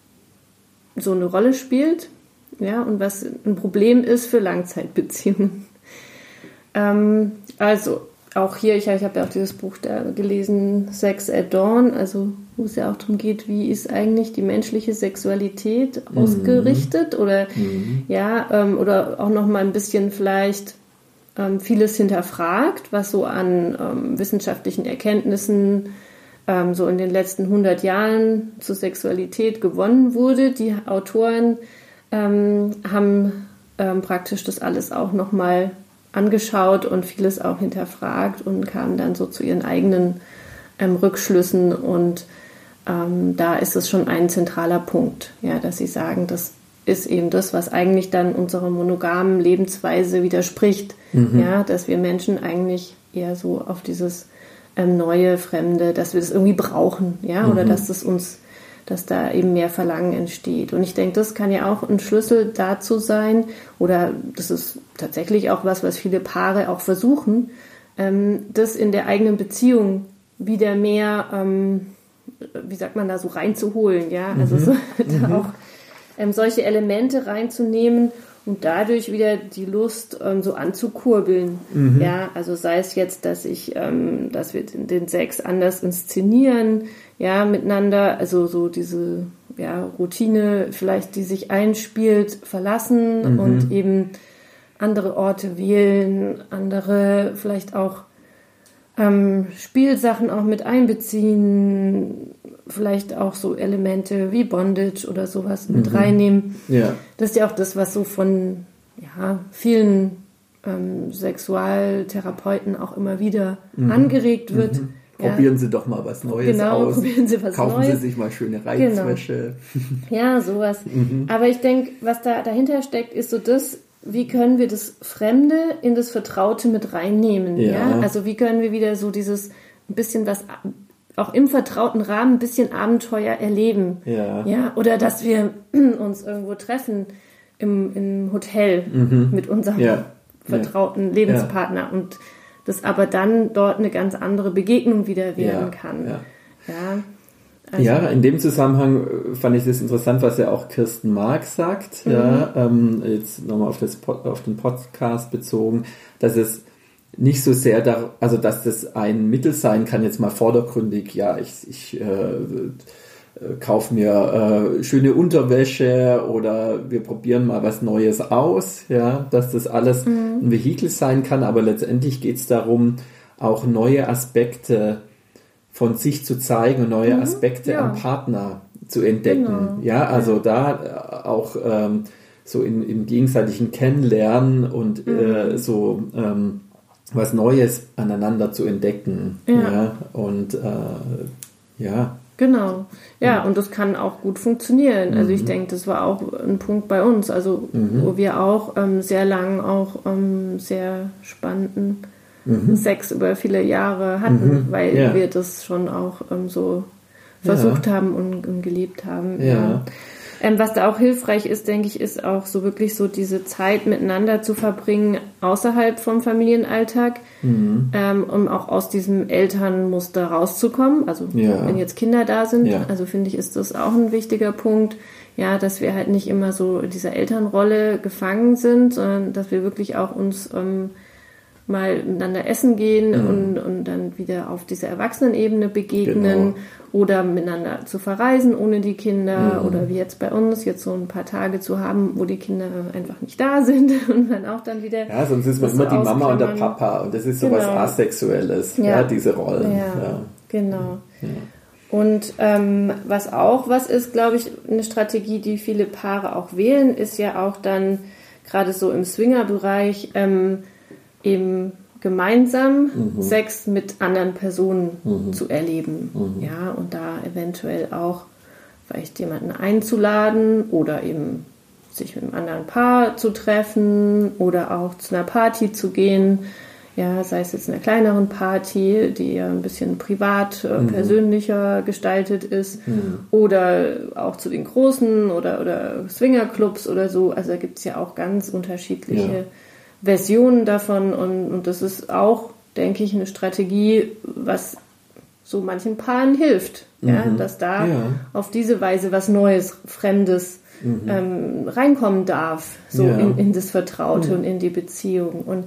so eine Rolle spielt, ja, und was ein Problem ist für Langzeitbeziehungen. Ähm, also auch hier, ich, ich habe ja auch dieses Buch da gelesen, Sex at Dawn, also wo es ja auch darum geht, wie ist eigentlich die menschliche Sexualität mhm. ausgerichtet oder mhm. ja, ähm, oder auch noch mal ein bisschen vielleicht ähm, vieles hinterfragt, was so an ähm, wissenschaftlichen Erkenntnissen ähm, so in den letzten hundert Jahren zur Sexualität gewonnen wurde. Die Autoren ähm, haben ähm, praktisch das alles auch noch mal angeschaut und vieles auch hinterfragt und kamen dann so zu ihren eigenen ähm, Rückschlüssen und ähm, da ist es schon ein zentraler Punkt, ja, dass sie sagen, das ist eben das, was eigentlich dann unserer monogamen Lebensweise widerspricht, mhm. ja, dass wir Menschen eigentlich eher so auf dieses ähm, neue, Fremde, dass wir das irgendwie brauchen, ja, mhm. oder dass das uns dass da eben mehr Verlangen entsteht. Und ich denke, das kann ja auch ein Schlüssel dazu sein, oder das ist tatsächlich auch was, was viele Paare auch versuchen, ähm, das in der eigenen Beziehung wieder mehr, ähm, wie sagt man da, so reinzuholen, ja, also mhm. so, da mhm. auch ähm, solche Elemente reinzunehmen und dadurch wieder die Lust ähm, so anzukurbeln, mhm. ja, also sei es jetzt, dass ich, ähm, dass wir den, den Sex anders inszenieren, ja, miteinander, also so diese, ja, Routine vielleicht, die sich einspielt, verlassen mhm. und eben andere Orte wählen, andere vielleicht auch ähm, Spielsachen auch mit einbeziehen, vielleicht auch so Elemente wie Bondage oder sowas mhm. mit reinnehmen. Ja. Das ist ja auch das, was so von ja, vielen ähm, Sexualtherapeuten auch immer wieder mhm. angeregt wird. Mhm. Probieren ja. Sie doch mal was Neues genau, aus. Probieren Sie was Kaufen Neues. Sie sich mal schöne Reizwäsche. Genau. Ja, sowas. Mhm. Aber ich denke, was da dahinter steckt, ist so das, wie können wir das Fremde in das Vertraute mit reinnehmen? Ja. ja? Also wie können wir wieder so dieses ein bisschen was, auch im vertrauten Rahmen, ein bisschen Abenteuer erleben? Ja. ja? Oder dass wir uns irgendwo treffen im, im Hotel mhm. mit unserem ja. vertrauten ja. Lebenspartner ja. und das aber dann dort eine ganz andere Begegnung wieder werden ja, kann. Ja, ja, also ja, in dem Zusammenhang fand ich das interessant, was ja auch Kirsten Marx sagt, mhm. ja, ähm, jetzt nochmal auf, das, auf den Podcast bezogen, dass es nicht so sehr, da, also dass das ein Mittel sein kann, jetzt mal vordergründig, ja, ich, ich äh, kaufe mir äh, schöne Unterwäsche oder wir probieren mal was Neues aus, ja, dass das alles mhm. ein Vehikel sein kann, aber letztendlich geht es darum, auch neue Aspekte von sich zu zeigen und neue mhm, Aspekte ja. am Partner zu entdecken. Genau. Ja, also da auch ähm, so in, im gegenseitigen Kennenlernen und mhm. äh, so ähm, was Neues aneinander zu entdecken. Ja. ja und äh, ja. Genau. Ja, und das kann auch gut funktionieren. Also ich denke, das war auch ein Punkt bei uns, also mhm. wo wir auch ähm, sehr lang auch ähm, sehr spannenden mhm. Sex über viele Jahre hatten, mhm. weil ja. wir das schon auch ähm, so versucht ja. haben und, und gelebt haben. Ja. ja. Ähm, was da auch hilfreich ist, denke ich, ist auch so wirklich so diese Zeit miteinander zu verbringen außerhalb vom Familienalltag, mhm. ähm, um auch aus diesem Elternmuster rauszukommen. Also ja. wenn jetzt Kinder da sind, ja. also finde ich, ist das auch ein wichtiger Punkt, ja, dass wir halt nicht immer so in dieser Elternrolle gefangen sind, sondern dass wir wirklich auch uns ähm, mal miteinander essen gehen mhm. und, und dann wieder auf dieser Erwachsenenebene begegnen genau. oder miteinander zu verreisen ohne die Kinder mhm. oder wie jetzt bei uns, jetzt so ein paar Tage zu haben, wo die Kinder einfach nicht da sind und dann auch dann wieder... Ja, sonst ist man immer so die Mama und der Papa und das ist so genau. was Asexuelles, ja. ja, diese Rollen. Ja, ja. genau. Ja. Und ähm, was auch was ist, glaube ich, eine Strategie, die viele Paare auch wählen, ist ja auch dann gerade so im Swinger-Bereich ähm, eben gemeinsam mhm. Sex mit anderen Personen mhm. zu erleben. Mhm. Ja, und da eventuell auch vielleicht jemanden einzuladen oder eben sich mit einem anderen Paar zu treffen oder auch zu einer Party zu gehen. Ja, sei es jetzt einer kleineren Party, die ja ein bisschen privat, mhm. persönlicher gestaltet ist mhm. oder auch zu den großen oder, oder Swingerclubs oder so. Also da gibt es ja auch ganz unterschiedliche ja. Versionen davon und, und das ist auch, denke ich, eine Strategie, was so manchen Paaren hilft, mhm. ja, dass da ja. auf diese Weise was Neues, Fremdes mhm. ähm, reinkommen darf, so ja. in, in das Vertraute mhm. und in die Beziehung. Und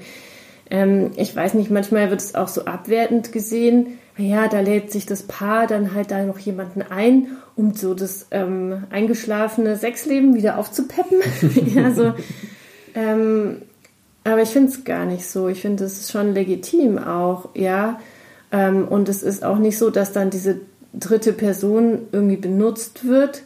ähm, ich weiß nicht, manchmal wird es auch so abwertend gesehen, ja, da lädt sich das Paar dann halt da noch jemanden ein, um so das ähm, eingeschlafene Sexleben wieder aufzupeppen. ja, so, ähm, aber ich finde es gar nicht so. Ich finde, das ist schon legitim auch, ja. Ähm, und es ist auch nicht so, dass dann diese dritte Person irgendwie benutzt wird.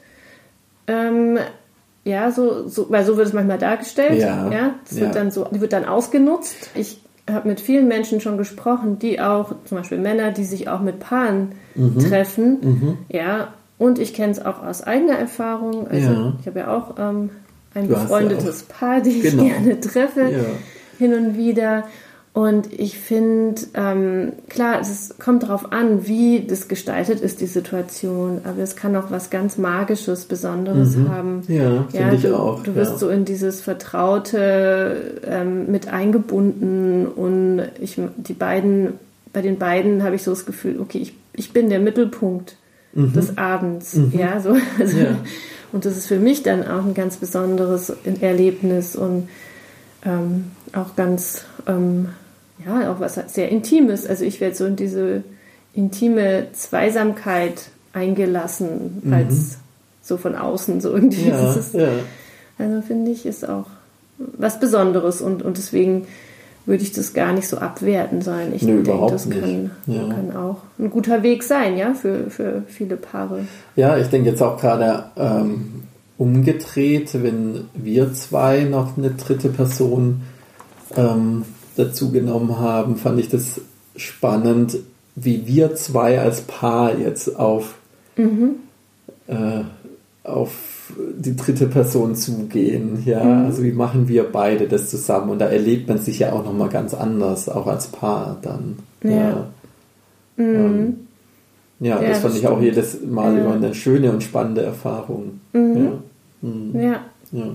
Ähm, ja, so, so, weil so wird es manchmal dargestellt. Ja. ja. Es wird ja. dann so, die wird dann ausgenutzt. Ich habe mit vielen Menschen schon gesprochen, die auch, zum Beispiel Männer, die sich auch mit Paaren mhm. treffen. Mhm. Ja. Und ich kenne es auch aus eigener Erfahrung. Also ja. ich habe ja auch ähm, ein du befreundetes ja Paar, die genau. ich gerne treffe, ja. hin und wieder. Und ich finde, ähm, klar, es kommt darauf an, wie das gestaltet ist, die Situation. Aber es kann auch was ganz Magisches, Besonderes mhm. haben. Ja, finde ich du, auch. Du wirst ja. so in dieses Vertraute ähm, mit eingebunden. Und ich, die beiden, bei den beiden habe ich so das Gefühl, okay, ich, ich bin der Mittelpunkt mhm. des Abends. Mhm. Ja, so. Also, ja. Und das ist für mich dann auch ein ganz besonderes Erlebnis und ähm, auch ganz, ähm, ja, auch was sehr Intimes. Also ich werde so in diese intime Zweisamkeit eingelassen, als mhm. so von außen so irgendwie. Ja, ist, ja. Also finde ich, ist auch was Besonderes und, und deswegen würde ich das gar nicht so abwerten sein. Ich nee, denke, das nicht. kann, ja. kann auch ein guter Weg sein, ja, für, für viele Paare. Ja, ich denke jetzt auch gerade ähm, umgedreht, wenn wir zwei noch eine dritte Person ähm, dazu genommen haben, fand ich das spannend, wie wir zwei als Paar jetzt auf, mhm. äh, auf die dritte Person zugehen. Ja, mhm. also wie machen wir beide das zusammen? Und da erlebt man sich ja auch nochmal ganz anders, auch als Paar dann. Ja. Ja, mhm. ähm, ja, ja das fand das ich stimmt. auch jedes Mal ja. immer eine schöne und spannende Erfahrung. Mhm. Ja. Mhm. Ja. ja.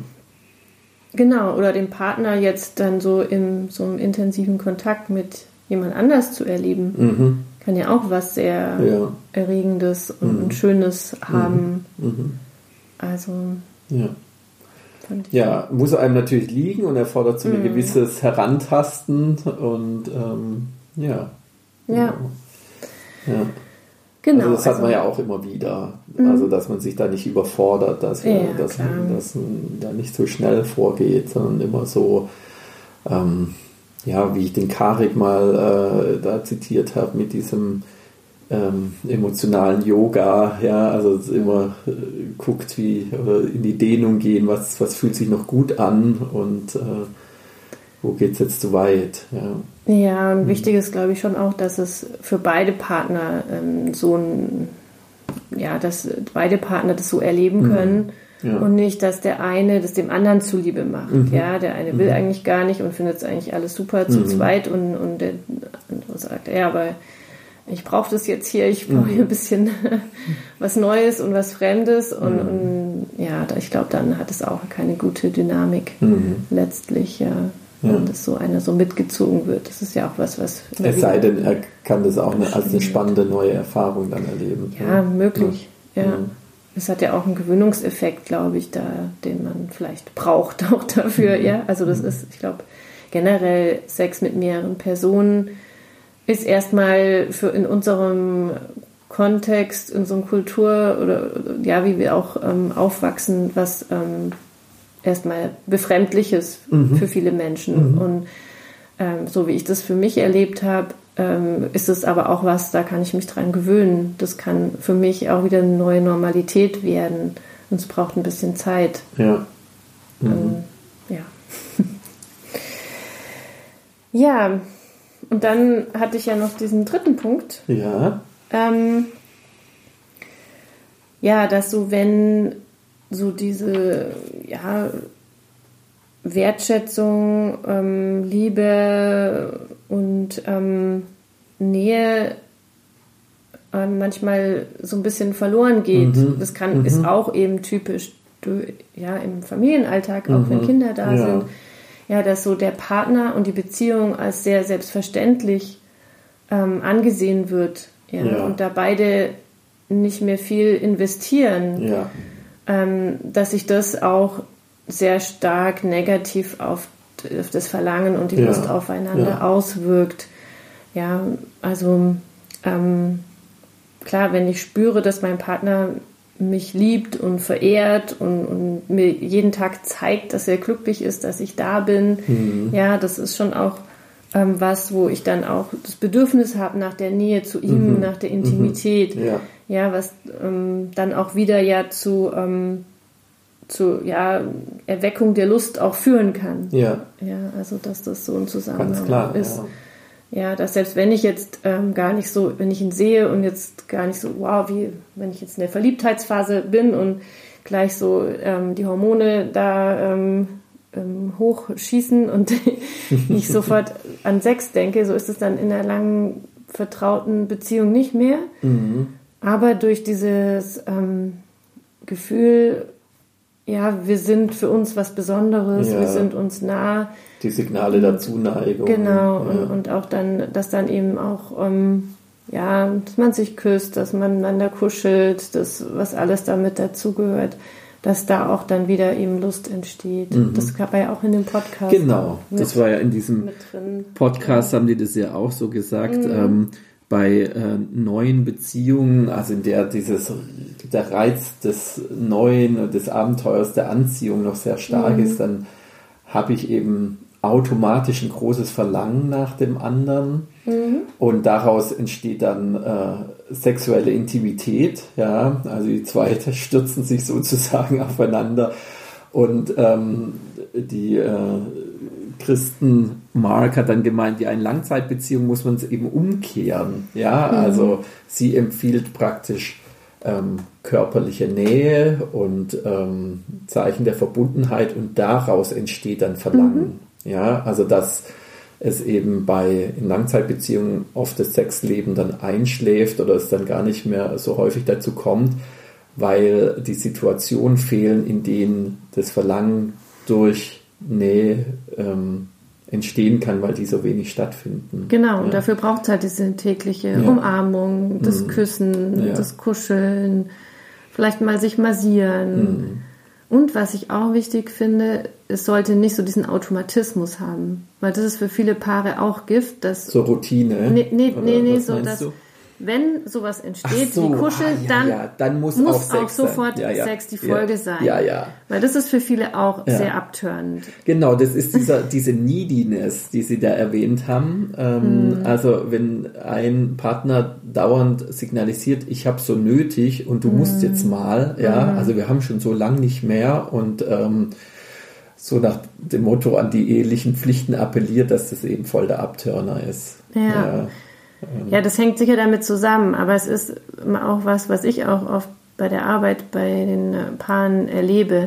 Genau, oder den Partner jetzt dann so im so einem intensiven Kontakt mit jemand anders zu erleben, mhm. kann ja auch was sehr ja. Erregendes und mhm. Schönes haben. Mhm. Also ja. ja, muss einem natürlich liegen und erfordert so ein mm. gewisses Herantasten und ähm, ja. Ja. Ja. Genau. Also das hat also, man ja auch immer wieder. Mm. Also dass man sich da nicht überfordert, dass, wir, ja, dass, man, dass man da nicht so schnell vorgeht, sondern immer so, ähm, ja, wie ich den Karik mal äh, da zitiert habe, mit diesem Ähm, emotionalen Yoga, ja, also immer äh, guckt, wie oder in die Dehnung gehen, was, was fühlt sich noch gut an und äh, wo geht es jetzt zu weit. Ja, ja und mhm. wichtig ist, glaube ich, schon auch, dass es für beide Partner ähm, so ein, ja, dass beide Partner das so erleben können mhm. ja. und nicht, dass der eine das dem anderen zuliebe macht. Mhm. Ja, der eine will mhm. eigentlich gar nicht und findet es eigentlich alles super zu mhm. zweit und, und der andere sagt, ja, aber ich brauche das jetzt hier, ich brauche hier ein bisschen was Neues und was Fremdes und, mhm. und ja, ich glaube, dann hat es auch keine gute Dynamik mhm. letztlich, ja, ja. wenn das so einer so mitgezogen wird. Das ist ja auch was, was... Es sei denn, er kann das auch eine, als eine spannende neue Erfahrung dann erleben. Ja, ja. möglich, ja. ja. Es hat ja auch einen Gewöhnungseffekt, glaube ich, da, den man vielleicht braucht auch dafür, mhm. ja. Also das ist, ich glaube, generell Sex mit mehreren Personen ist erstmal für in unserem Kontext, in unserer Kultur oder ja, wie wir auch ähm, aufwachsen, was ähm, erstmal Befremdliches mhm. für viele Menschen. Mhm. Und ähm, so wie ich das für mich erlebt habe, ähm, ist es aber auch was, da kann ich mich dran gewöhnen. Das kann für mich auch wieder eine neue Normalität werden. Und es braucht ein bisschen Zeit. Ja. Mhm. Ähm, ja. ja. Und dann hatte ich ja noch diesen dritten Punkt. Ja. Ähm, ja, dass so, wenn so diese ja, Wertschätzung, ähm, Liebe und ähm, Nähe äh, manchmal so ein bisschen verloren geht. Mhm. Das kann, mhm. ist auch eben typisch ja, im Familienalltag, auch mhm. wenn Kinder da ja. sind. Ja, dass so der Partner und die Beziehung als sehr selbstverständlich ähm, angesehen wird. Ja, ja. Und da beide nicht mehr viel investieren, ja. ähm, dass sich das auch sehr stark negativ auf, auf das Verlangen und die ja. Lust aufeinander ja. auswirkt. Ja, also ähm, klar, wenn ich spüre, dass mein Partner mich liebt und verehrt und, und mir jeden Tag zeigt, dass er glücklich ist, dass ich da bin. Mhm. Ja, das ist schon auch ähm, was, wo ich dann auch das Bedürfnis habe nach der Nähe zu ihm, mhm. nach der Intimität. Mhm. Ja. ja, was ähm, dann auch wieder ja zu, ähm, zu ja, Erweckung der Lust auch führen kann. Ja. Ja, also dass das so ein Zusammenhang Ganz klar, ist. Ja. Ja, dass selbst wenn ich jetzt ähm, gar nicht so, wenn ich ihn sehe und jetzt gar nicht so, wow, wie wenn ich jetzt in der Verliebtheitsphase bin und gleich so ähm, die Hormone da ähm, ähm, hochschießen und ich sofort an Sex denke, so ist es dann in einer langen, vertrauten Beziehung nicht mehr. Mhm. Aber durch dieses ähm, Gefühl, ja, wir sind für uns was Besonderes, ja. wir sind uns nah. Die Signale der Zuneigung. Genau, ja. und, und auch dann, dass dann eben auch, ähm, ja, dass man sich küsst, dass man einander kuschelt, das, was alles damit dazugehört, dass da auch dann wieder eben Lust entsteht. Mhm. Das gab ja auch in dem Podcast. Genau, mit, das war ja in diesem Podcast, haben die das ja auch so gesagt, mhm. ähm, bei äh, neuen Beziehungen, also in der dieses der Reiz des Neuen und des Abenteuers der Anziehung noch sehr stark mhm. ist, dann habe ich eben automatisch ein großes Verlangen nach dem anderen mhm. und daraus entsteht dann äh, sexuelle Intimität, ja, also die zwei stürzen sich sozusagen aufeinander und ähm, die äh, Kristen Mark hat dann gemeint, ja, in Langzeitbeziehungen muss man es eben umkehren, ja, mhm. also sie empfiehlt praktisch ähm, körperliche Nähe und ähm, Zeichen der Verbundenheit und daraus entsteht dann Verlangen, mhm. ja, also dass es eben bei in Langzeitbeziehungen oft das Sexleben dann einschläft oder es dann gar nicht mehr so häufig dazu kommt, weil die Situationen fehlen, in denen das Verlangen durch Nähe ähm, entstehen kann, weil die so wenig stattfinden. Genau, ja. und dafür braucht es halt diese tägliche ja. Umarmung, das mhm. Küssen, ja. das Kuscheln, vielleicht mal sich massieren. Mhm. Und was ich auch wichtig finde, es sollte nicht so diesen Automatismus haben. Weil das ist für viele Paare auch Gift. Dass so Routine? Nee, nee, nee, nee so dass... Du? Wenn sowas entsteht, so, wie Kuscheln, ah, ja, dann, ja, dann muss, muss auch, Sex auch sofort ja, ja. Sex die Folge ja. sein. Ja, ja. Weil das ist für viele auch ja. sehr abtörend. Genau, das ist dieser, diese Neediness, die Sie da erwähnt haben. Ähm, mm. Also wenn ein Partner dauernd signalisiert, ich habe so nötig und du mm. musst jetzt mal, ja, mm. also wir haben schon so lang nicht mehr und ähm, so nach dem Motto an die ehelichen Pflichten appelliert, dass das eben voll der Abtörner ist. Ja. ja. Ja, das hängt sicher damit zusammen, aber es ist auch was, was ich auch oft bei der Arbeit bei den Paaren erlebe,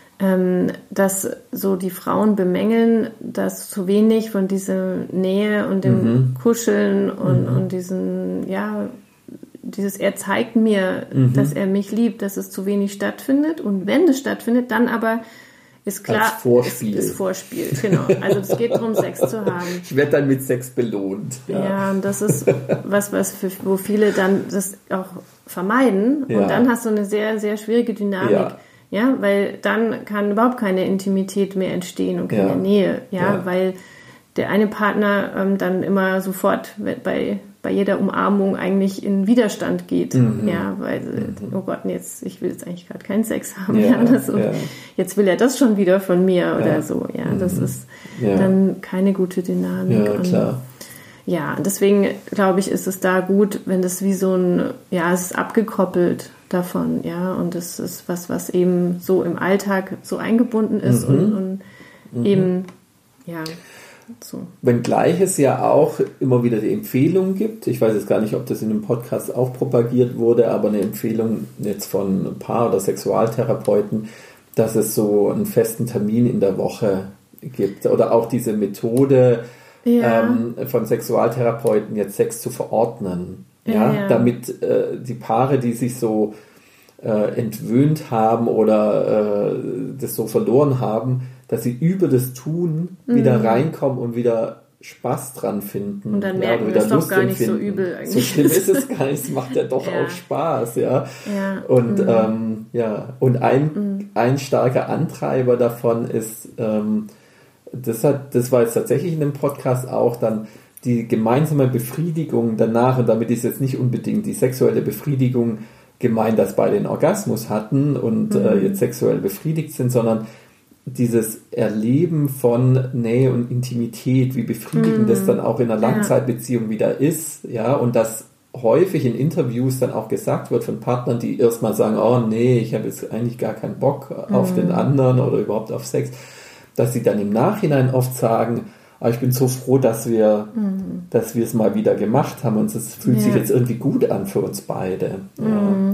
dass so die Frauen bemängeln, dass zu wenig von dieser Nähe und dem mhm. Kuscheln und, mhm. und diesen, ja, dieses, er zeigt mir, mhm. dass er mich liebt, dass es zu wenig stattfindet und wenn es stattfindet, dann aber ist klar, als Vorspiel. Ist, ist Vorspiel, genau. Also es geht darum, Sex zu haben. Ich werde dann mit Sex belohnt. Ja, ja und das ist was, was für, wo viele dann das auch vermeiden. Ja. Und dann hast du eine sehr, sehr schwierige Dynamik. Ja. ja, weil dann kann überhaupt keine Intimität mehr entstehen und keine ja. Nähe. Ja, ja, weil der eine Partner ähm, dann immer sofort bei bei jeder Umarmung eigentlich in Widerstand geht, mhm. ja, weil, mhm. oh Gott, jetzt, ich will jetzt eigentlich gerade keinen Sex haben, ja, ja, das, und ja. jetzt will er das schon wieder von mir oder ja. so, ja, das mhm. ist ja. dann keine gute Dynamik. Ja, klar. Und, ja, deswegen glaube ich, ist es da gut, wenn das wie so ein, ja, es ist abgekoppelt davon, ja, und es ist was, was eben so im Alltag so eingebunden ist mhm. und, und mhm. eben, ja, so. Wenngleich es ja auch immer wieder die Empfehlung gibt, ich weiß jetzt gar nicht, ob das in einem Podcast auch propagiert wurde, aber eine Empfehlung jetzt von Paar- oder Sexualtherapeuten, dass es so einen festen Termin in der Woche gibt oder auch diese Methode ja. ähm, von Sexualtherapeuten, jetzt Sex zu verordnen, ja, ja, ja. damit äh, die Paare, die sich so äh, entwöhnt haben oder äh, das so verloren haben, dass sie über das Tun mhm. wieder reinkommen und wieder Spaß dran finden. Und dann merken ja, wir es doch gar nicht so übel eigentlich. So schlimm ist es gar nicht, es macht ja doch ja. auch Spaß. Ja. ja. Und, mhm. ähm, ja. und ein, mhm. ein starker Antreiber davon ist, ähm, das, hat, das war jetzt tatsächlich in dem Podcast auch dann die gemeinsame Befriedigung danach, und damit ist jetzt nicht unbedingt die sexuelle Befriedigung gemeint, dass beide den Orgasmus hatten und mhm. äh, jetzt sexuell befriedigt sind, sondern dieses Erleben von Nähe und Intimität, wie befriedigend mm. das dann auch in einer Langzeitbeziehung ja. wieder ist, ja, und dass häufig in Interviews dann auch gesagt wird von Partnern, die erstmal sagen, oh nee, ich habe jetzt eigentlich gar keinen Bock auf mm. den anderen oder überhaupt auf Sex, dass sie dann im Nachhinein oft sagen, oh, ich bin so froh, dass wir mm. dass wir es mal wieder gemacht haben und es fühlt ja. sich jetzt irgendwie gut an für uns beide. Mm.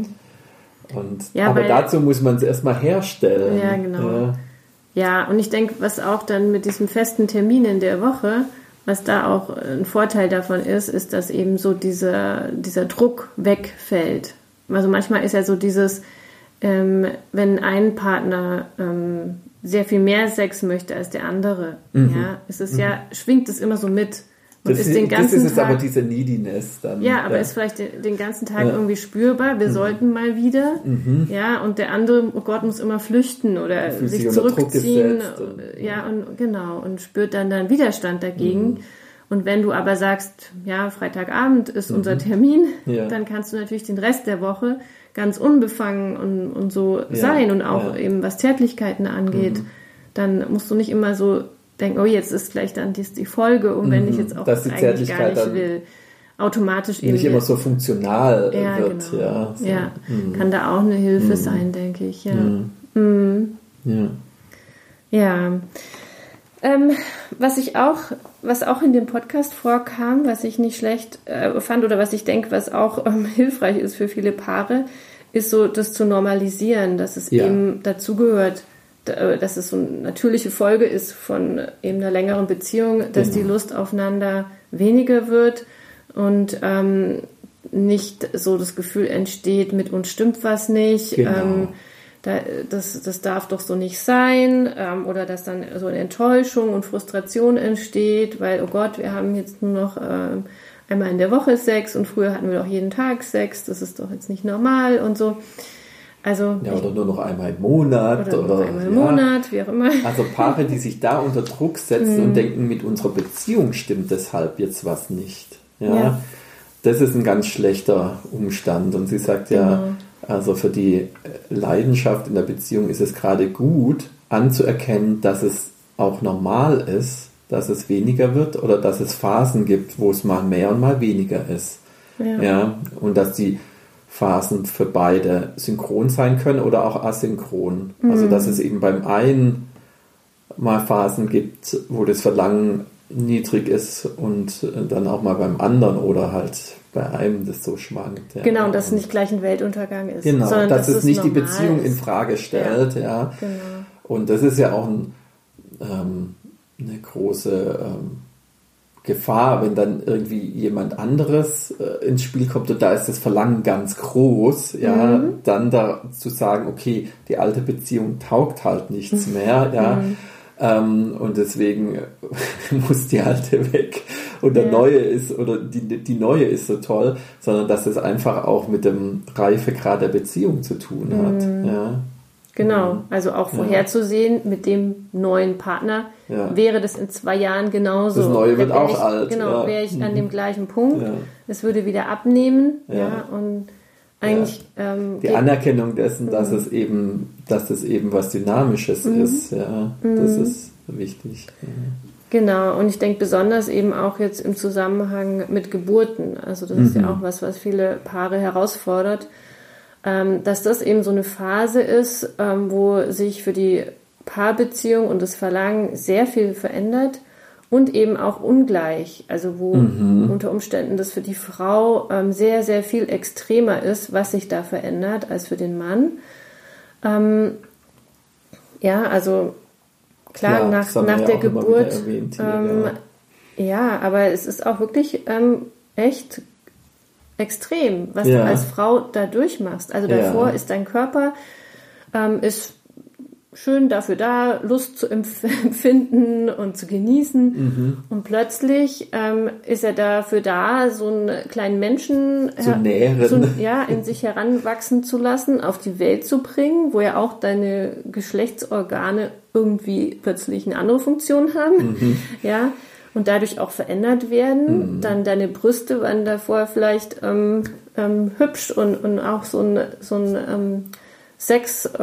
Ja. Und, ja, aber dazu muss man es erstmal herstellen. Ja, genau. Ja. Ja, und ich denke, was auch dann mit diesem festen Termin in der Woche, was da auch ein Vorteil davon ist, ist, dass eben so dieser, dieser Druck wegfällt. Also manchmal ist ja so dieses, ähm, wenn ein Partner ähm, sehr viel mehr Sex möchte als der andere, mhm. ja, es ist mhm. ja, schwingt es immer so mit. Das ist, den ganzen das ist Tag, aber diese Neediness dann. Ja, aber ja. ist vielleicht den, den ganzen Tag ja. irgendwie spürbar. Wir mhm. sollten mal wieder. Mhm. Ja, und der andere, oh Gott, muss immer flüchten oder sich, sich zurückziehen. Und, ja, und genau. Und spürt dann dann Widerstand dagegen. Mhm. Und wenn du aber sagst, ja, Freitagabend ist mhm. unser Termin, ja. dann kannst du natürlich den Rest der Woche ganz unbefangen und, und so ja. sein. Und auch ja. eben, was Zärtlichkeiten angeht. Mhm. Dann musst du nicht immer so denken, oh, jetzt ist gleich dann die, die Folge, und wenn ich jetzt auch eigentlich gar nicht will, automatisch eben nicht immer so funktional ja, wird. Genau. Ja, so. ja. Mhm. kann da auch eine Hilfe mhm. sein, denke ich. Ja. Mhm. Mhm. Ja. ja. Ähm, was ich auch, was auch in dem Podcast vorkam, was ich nicht schlecht äh, fand oder was ich denke, was auch ähm, hilfreich ist für viele Paare, ist so das zu normalisieren, dass es ja. eben dazugehört, dass es so eine natürliche Folge ist von eben einer längeren Beziehung, dass genau. die Lust aufeinander weniger wird und ähm, nicht so das Gefühl entsteht, mit uns stimmt was nicht, genau. ähm, da, das, das darf doch so nicht sein, ähm, oder dass dann so eine Enttäuschung und Frustration entsteht, weil, oh Gott, wir haben jetzt nur noch ähm, einmal in der Woche Sex und früher hatten wir doch jeden Tag Sex, das ist doch jetzt nicht normal und so. Also ja, oder nur noch einmal im Monat. Oder, oder einmal im ja. Monat, wie auch immer. Also Paare, die sich da unter Druck setzen und denken, mit unserer Beziehung stimmt deshalb jetzt was nicht. Ja, ja. Das ist ein ganz schlechter Umstand. Und sie sagt genau. ja, also für die Leidenschaft in der Beziehung ist es gerade gut, anzuerkennen, dass es auch normal ist, dass es weniger wird oder dass es Phasen gibt, wo es mal mehr und mal weniger ist. Ja. Ja, und dass die Phasen für beide synchron sein können oder auch asynchron. Mhm. Also dass es eben beim einen mal Phasen gibt, wo das Verlangen niedrig ist und dann auch mal beim anderen oder halt bei einem das so schwankt. Ja. Genau, und dass es nicht gleich ein Weltuntergang ist. Genau, sondern dass, dass es nicht die Beziehung ist. in Frage stellt. Ja, ja. Genau. Und das ist ja auch ein, ähm, eine große ähm, Gefahr, wenn dann irgendwie jemand anderes äh, ins Spiel kommt und da ist das Verlangen ganz groß, ja, mhm. dann da zu sagen, okay, die alte Beziehung taugt halt nichts mehr, ja, mhm. ähm, und deswegen muss die alte weg und der ja. neue ist, oder die, die neue ist so toll, sondern dass es einfach auch mit dem Reifegrad der Beziehung zu tun hat, mhm. ja. Genau, also auch vorherzusehen, mit dem neuen Partner ja. wäre das in zwei Jahren genauso. Das Neue wird auch ich, alt. Genau, ja. wäre ich mhm. an dem gleichen Punkt. Ja. Es würde wieder abnehmen. Ja. ja und eigentlich ja. ähm, die Anerkennung dessen, dass mhm. es eben, dass das eben was Dynamisches mhm. ist. Ja, das mhm. ist wichtig. Ja. Genau, und ich denke besonders eben auch jetzt im Zusammenhang mit Geburten. Also das mhm. ist ja auch was, was viele Paare herausfordert. Dass das eben so eine Phase ist, wo sich für die Paarbeziehung und das Verlangen sehr viel verändert und eben auch ungleich, also wo mhm. unter Umständen das für die Frau sehr, sehr viel extremer ist, was sich da verändert, als für den Mann. Ja, also klar, ja, nach, nach der Geburt, erwähnt hier, ähm, ja. ja, aber es ist auch wirklich ähm, echt extrem, was ja. du als Frau da durchmachst. Also davor ja. ist dein Körper ähm, ist schön dafür da, Lust zu empfinden und zu genießen. Mhm. Und plötzlich ähm, ist er dafür da, so einen kleinen Menschen zu her- nähren. Zu, ja, in sich heranwachsen zu lassen, auf die Welt zu bringen, wo ja auch deine Geschlechtsorgane irgendwie plötzlich eine andere Funktion haben. Mhm. Ja. Und dadurch auch verändert werden. Mhm. Dann deine Brüste waren davor vielleicht ähm, ähm, hübsch und, und auch so ein, so ein ähm, Sex-Objekt,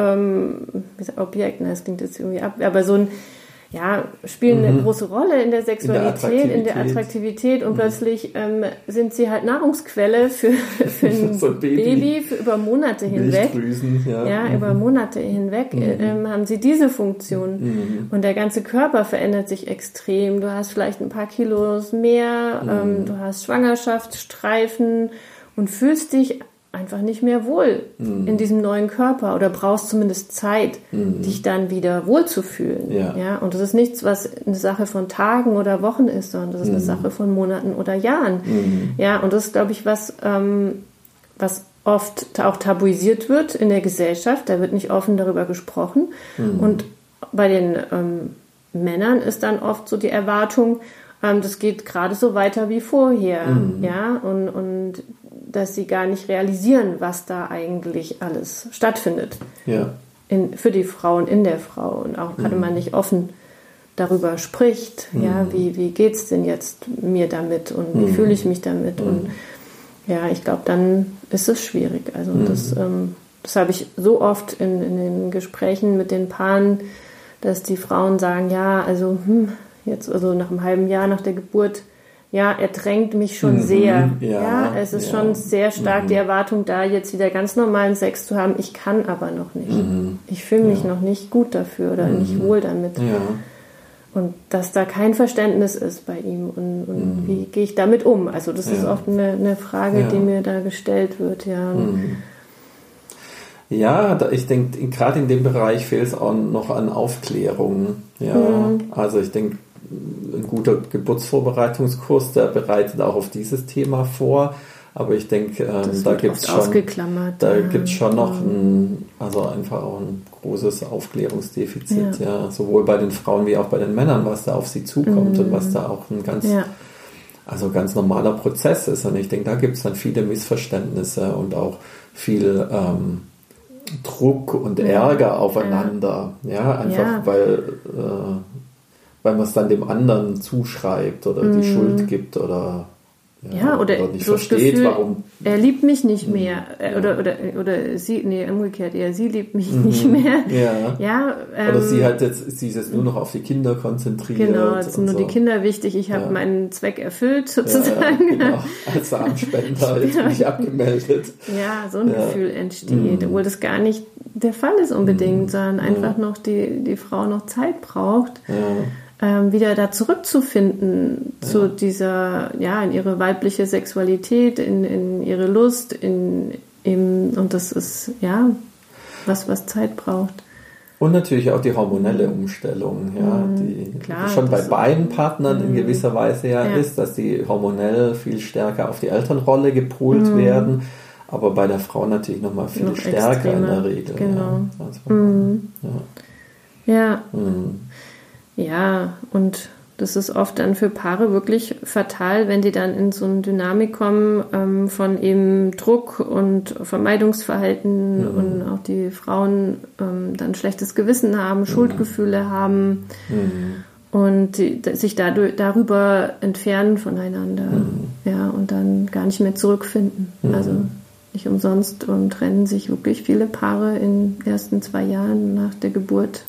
ähm, das klingt jetzt irgendwie ab, aber so ein, ja, spielen mhm. eine große Rolle in der Sexualität, in der Attraktivität, in der Attraktivität und mhm. plötzlich ähm, sind sie halt Nahrungsquelle für, für ein so ein Baby, Baby für über Monate hinweg. Ja, ja mhm. über Monate hinweg mhm. ähm, haben sie diese Funktion. Mhm. Und der ganze Körper verändert sich extrem. Du hast vielleicht ein paar Kilos mehr, mhm. ähm, du hast Schwangerschaftsstreifen und fühlst dich einfach nicht mehr wohl mhm. in diesem neuen Körper oder brauchst zumindest Zeit, mhm. dich dann wieder wohlzufühlen. Ja. Ja, und das ist nichts, was eine Sache von Tagen oder Wochen ist, sondern das ist mhm. eine Sache von Monaten oder Jahren. Mhm. Ja, und das ist, glaube ich, was, ähm, was oft auch tabuisiert wird in der Gesellschaft. Da wird nicht offen darüber gesprochen. Mhm. Und bei den ähm, Männern ist dann oft so die Erwartung, ähm, das geht gerade so weiter wie vorher. Mhm. Ja, und, und dass sie gar nicht realisieren, was da eigentlich alles stattfindet. Ja. In, für die Frauen in der Frau. Und auch gerade mhm. man nicht offen darüber spricht, mhm. ja, wie, wie geht es denn jetzt mir damit und wie mhm. fühle ich mich damit? Mhm. Und ja, ich glaube, dann ist es schwierig. Also mhm. das, ähm, das habe ich so oft in, in den Gesprächen mit den Paaren, dass die Frauen sagen, ja, also hm, jetzt also nach einem halben Jahr nach der Geburt, ja, er drängt mich schon mhm, sehr. Ja, ja, es ist ja. schon sehr stark mhm. die Erwartung da, jetzt wieder ganz normalen Sex zu haben. Ich kann aber noch nicht. Mhm. Ich fühle mich ja. noch nicht gut dafür oder mhm. nicht wohl damit. Ja. Und dass da kein Verständnis ist bei ihm. Und, und mhm. wie gehe ich damit um? Also das ja. ist oft eine, eine Frage, ja. die mir da gestellt wird. Ja, mhm. ja ich denke, gerade in dem Bereich fehlt es auch noch an Aufklärung. Ja, mhm. also ich denke, ein guter Geburtsvorbereitungskurs, der bereitet auch auf dieses Thema vor, aber ich denke, ähm, da gibt es schon, da ja. gibt's schon noch ein, also einfach auch ein großes Aufklärungsdefizit, ja. ja, sowohl bei den Frauen wie auch bei den Männern, was da auf sie zukommt mhm. und was da auch ein ganz, ja. also ganz normaler Prozess ist. Und ich denke, da gibt es dann viele Missverständnisse und auch viel ähm, Druck und Ärger ja. aufeinander. Ja, ja einfach ja. weil, äh, weil man es dann dem anderen zuschreibt oder mm. die Schuld gibt oder Ja, ja, oder, oder nicht so versteht, Gefühl, warum. Er liebt mich nicht mehr. Ja. Oder, oder, oder sie, nee, umgekehrt, eher sie liebt mich mhm. nicht mehr. Ja. ja ähm, oder sie hat jetzt, sie ist jetzt nur noch auf die Kinder konzentriert. Genau, jetzt sind nur so. Die Kinder wichtig. Ich habe ja. meinen Zweck erfüllt, sozusagen. Ja, genau. Als Samenspender, jetzt bin ich abgemeldet. Ja, so ein ja. Gefühl entsteht. Mhm. Obwohl das gar nicht der Fall ist unbedingt, mhm. sondern einfach ja. noch die, die Frau noch Zeit braucht. Ja. wieder da zurückzufinden ja. zu dieser, ja, in ihre weibliche Sexualität, in, in ihre Lust, in, in, und das ist, ja, was, was Zeit braucht. Und natürlich auch die hormonelle Umstellung, ja, die Klar, schon bei beiden Partnern in gewisser Weise ja, ja ist, dass die hormonell viel stärker auf die Elternrolle gepolt mhm. werden, aber bei der Frau natürlich nochmal viel noch stärker extremer. In der Regel. Genau. Ja, also, mhm. ja. ja. Mhm. Ja, und das ist oft dann für Paare wirklich fatal, wenn die dann in so eine Dynamik kommen ähm, von eben Druck und Vermeidungsverhalten mhm. und auch die Frauen ähm, dann schlechtes Gewissen haben, mhm. Schuldgefühle haben mhm. und die, sich dadurch, darüber entfernen voneinander mhm. ja, und dann gar nicht mehr zurückfinden. Mhm. Also nicht umsonst und trennen sich wirklich viele Paare in den ersten zwei Jahren nach der Geburt.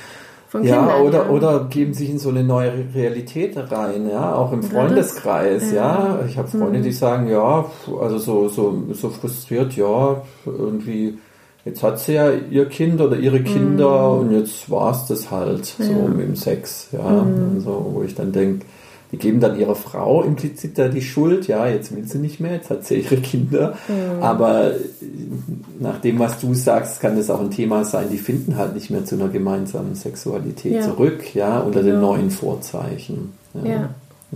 Ja, Kindern, oder, ja. oder geben sich in so eine neue Realität rein, ja, auch im Freundeskreis, ja. ja. Ich habe Freunde, die sagen, ja, also so, so, so frustriert, ja, irgendwie, jetzt hat sie ja ihr Kind oder ihre Kinder mhm. und jetzt war es das halt, so ja. mit dem Sex, ja. Mhm. Also, wo ich dann denke, die geben dann ihrer Frau implizit da die Schuld, ja, jetzt will sie nicht mehr, jetzt hat sie ihre Kinder, mhm. aber nach dem, was du sagst, kann das auch ein Thema sein, die finden halt nicht mehr zu einer gemeinsamen Sexualität ja. zurück, ja, unter genau. den neuen Vorzeichen. Ja. Ja.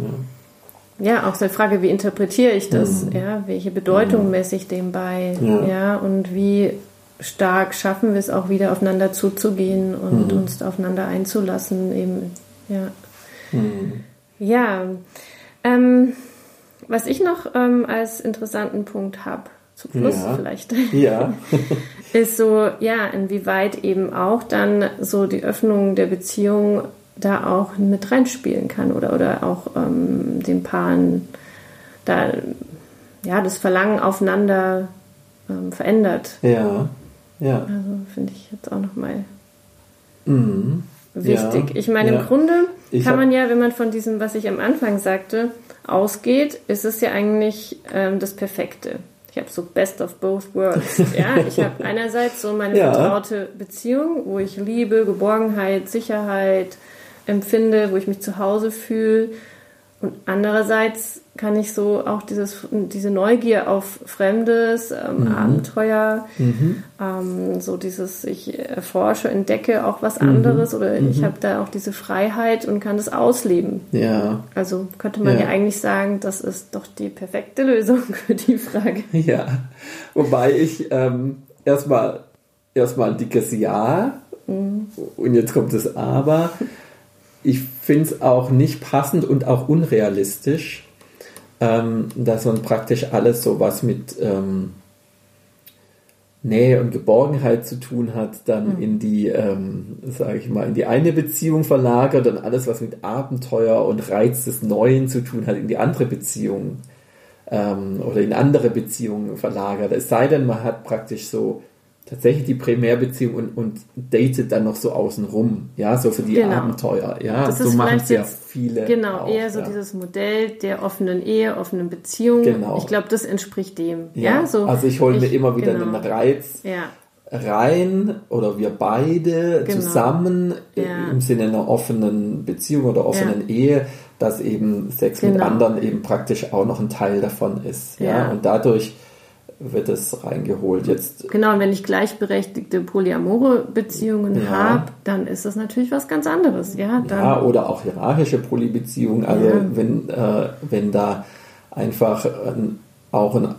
ja. ja, auch so eine Frage, wie interpretiere ich das, mhm. ja, welche Bedeutung mhm. messe ich dem bei, ja. ja, und wie stark schaffen wir es auch wieder aufeinander zuzugehen und mhm. uns aufeinander einzulassen, eben, ja. Mhm. Ja, ähm, was ich noch ähm, als interessanten Punkt habe, zum Schluss ja. vielleicht, ja. ist so, ja, inwieweit eben auch dann so die Öffnung der Beziehung da auch mit reinspielen kann oder, oder auch ähm, den Paaren da, ja, das Verlangen aufeinander ähm, verändert. Ja, ja. Also finde ich jetzt auch nochmal mhm. wichtig. Ja. Ich meine, ja. im Grunde ich kann man ja, wenn man von diesem, was ich am Anfang sagte, ausgeht, ist es ja eigentlich ähm, das Perfekte. Ich habe so best of both worlds. Ja? Ich habe einerseits so meine ja. vertraute Beziehung, wo ich Liebe, Geborgenheit, Sicherheit empfinde, wo ich mich zu Hause fühle. Und andererseits kann ich so auch dieses, diese Neugier auf Fremdes, ähm, mhm. Abenteuer, mhm. ähm, so dieses, ich erforsche, entdecke auch was anderes mhm. oder mhm. ich habe da auch diese Freiheit und kann das ausleben. Ja. Also könnte man ja. ja eigentlich sagen, das ist doch die perfekte Lösung für die Frage. Ja, wobei ich ähm, erstmal erstmal ein dickes Ja mhm. und jetzt kommt das Aber. Ich finde es auch nicht passend und auch unrealistisch, ähm, dass man praktisch alles so was mit ähm, Nähe und Geborgenheit zu tun hat, dann mhm. in die, ähm, sage ich mal, in die eine Beziehung verlagert und alles, was mit Abenteuer und Reiz des Neuen zu tun hat, in die andere Beziehung ähm, oder in andere Beziehungen verlagert. Es sei denn, man hat praktisch so tatsächlich die Primärbeziehung und, und datet dann noch so außenrum, ja, so für die genau. Abenteuer, ja, das so machen es ja viele. Genau, auch, eher so ja. dieses Modell der offenen Ehe, offenen Beziehung. Genau. Ich glaube, das entspricht dem. Ja, ja so. Also ich hole mir immer wieder genau. den Reiz ja. rein oder wir beide genau. zusammen ja. im Sinne einer offenen Beziehung oder offenen ja. Ehe, dass eben Sex genau. mit anderen eben praktisch auch noch ein Teil davon ist, ja, ja? Und dadurch wird es reingeholt. Jetzt genau, und wenn ich gleichberechtigte polyamore Beziehungen ja. habe, dann ist das natürlich was ganz anderes. Ja, dann, ja oder auch hierarchische Polybeziehungen. Also ja. wenn, äh, wenn da einfach ein, auch ein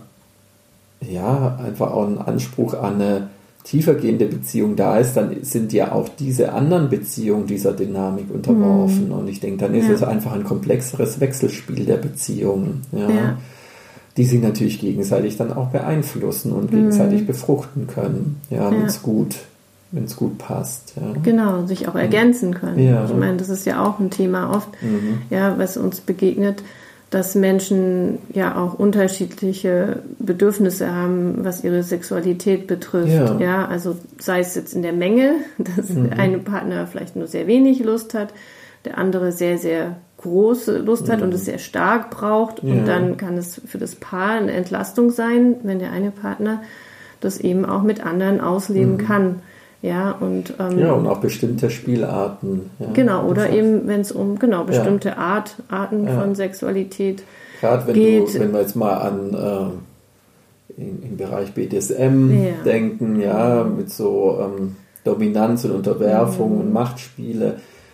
ja, einfach auch ein Anspruch an eine tiefergehende Beziehung da ist, dann sind ja auch diese anderen Beziehungen dieser Dynamik unterworfen. Mhm. Und ich denke, dann ist ja. es einfach ein komplexeres Wechselspiel der Beziehungen. Ja. ja. die sich natürlich gegenseitig dann auch beeinflussen und gegenseitig mhm. befruchten können, ja, ja. wenn es gut, wenn es gut passt. Ja. Genau, sich auch ergänzen können. Ja. Ich meine, das ist ja auch ein Thema oft, mhm. ja, was uns begegnet, dass Menschen ja auch unterschiedliche Bedürfnisse haben, was ihre Sexualität betrifft. Ja, ja, also sei es jetzt in der Menge, dass mhm. der eine Partner vielleicht nur sehr wenig Lust hat, der andere sehr, sehr große Lust hat mhm. und es sehr stark braucht. Ja. Und dann kann es für das Paar eine Entlastung sein, wenn der eine Partner das eben auch mit anderen ausleben mhm. kann. Ja, und, ähm, ja, und auch bestimmte Spielarten. Ja, genau, oder eben, wenn es um genau bestimmte ja. Art, Arten ja. von Sexualität Gerade wenn geht. Du, wenn wir jetzt mal an äh, in, im Bereich B D S M ja. denken, ja, mit so ähm, Dominanz und Unterwerfung mhm. und Machtspiele,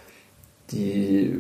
die,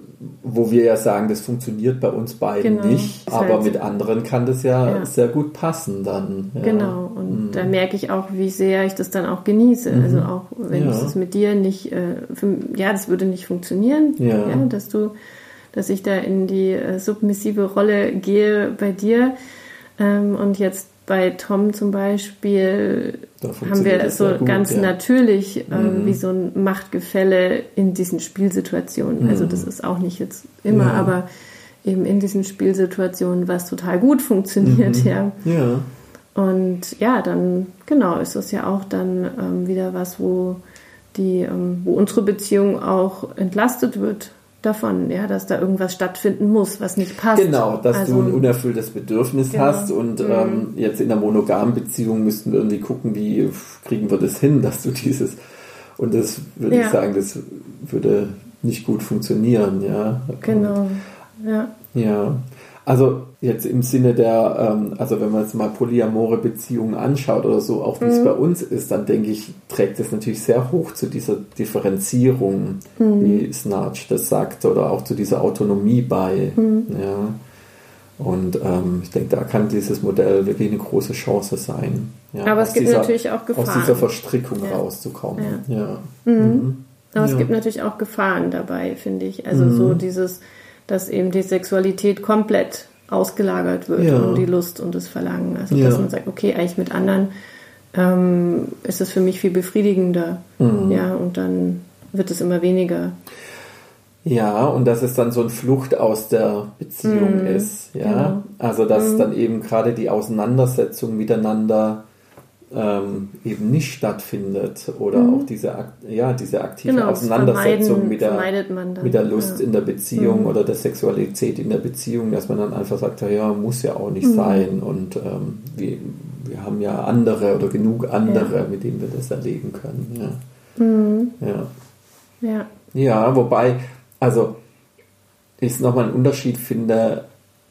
wo wir ja sagen, das funktioniert bei uns beiden genau. nicht, das aber heißt, mit anderen kann das ja, ja. sehr gut passen dann. Ja. Genau, und mhm. da merke ich auch, wie sehr ich das dann auch genieße. Mhm. Also auch wenn ja. ich das mit dir nicht, äh, für, ja, das würde nicht funktionieren, ja. Ja, dass du, dass ich da in die äh, submissive Rolle gehe bei dir ähm, und jetzt bei Tom zum Beispiel haben wir so gut, ganz ja. natürlich ähm, mhm. wie so ein Machtgefälle in diesen Spielsituationen. Mhm. Also das ist auch nicht jetzt immer, ja. aber eben in diesen Spielsituationen, was total gut funktioniert. Mhm. Ja. ja. Und ja, dann genau ist das ja auch dann ähm, wieder was, wo die, ähm, wo unsere Beziehung auch entlastet wird davon, ja, dass da irgendwas stattfinden muss, was nicht passt. Genau, dass also, du ein unerfülltes Bedürfnis genau. hast und mhm. ähm, jetzt in einer monogamen Beziehung müssten wir irgendwie gucken, wie kriegen wir das hin, dass du dieses, und das würde ja. ich sagen, das würde nicht gut funktionieren, ja. Genau, und, ja. Ja, also jetzt im Sinne der, ähm, also wenn man jetzt mal polyamore Beziehungen anschaut oder so, auch wie es mhm. bei uns ist, dann denke ich, trägt das natürlich sehr hoch zu dieser Differenzierung, mhm. wie Snarch das sagt, oder auch zu dieser Autonomie bei. Mhm. Ja. Und ähm, ich denke, da kann dieses Modell wirklich eine große Chance sein. Ja, aber es gibt dieser, natürlich auch Gefahren. Aus dieser Verstrickung ja. rauszukommen. Ja. Ja. Mhm. Mhm. Aber ja. es gibt natürlich auch Gefahren dabei, finde ich. Also mhm. so dieses, dass eben die Sexualität komplett ausgelagert wird ja. und die Lust und das Verlangen. Also dass ja. man sagt, okay, eigentlich mit anderen ähm, ist es für mich viel befriedigender. Mhm. Ja, und dann wird es immer weniger. Ja, und dass es dann so eine Flucht aus der Beziehung mhm. ist. Ja, genau. Also dass mhm. dann eben gerade die Auseinandersetzung miteinander ähm, eben nicht stattfindet oder mhm. auch diese, ja, diese aktive genau, Auseinandersetzung mit der, mit der Lust ja. in der Beziehung mhm. oder der Sexualität in der Beziehung, dass man dann einfach sagt, ja, muss ja auch nicht mhm. sein und ähm, wir, wir haben ja andere oder genug andere, ja. mit denen wir das erleben können. Ja, mhm. ja. ja. ja wobei, also ich nochmal einen Unterschied finde,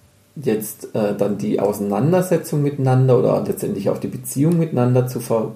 jetzt äh, dann die Auseinandersetzung miteinander oder letztendlich auch die Beziehung miteinander zu, ver-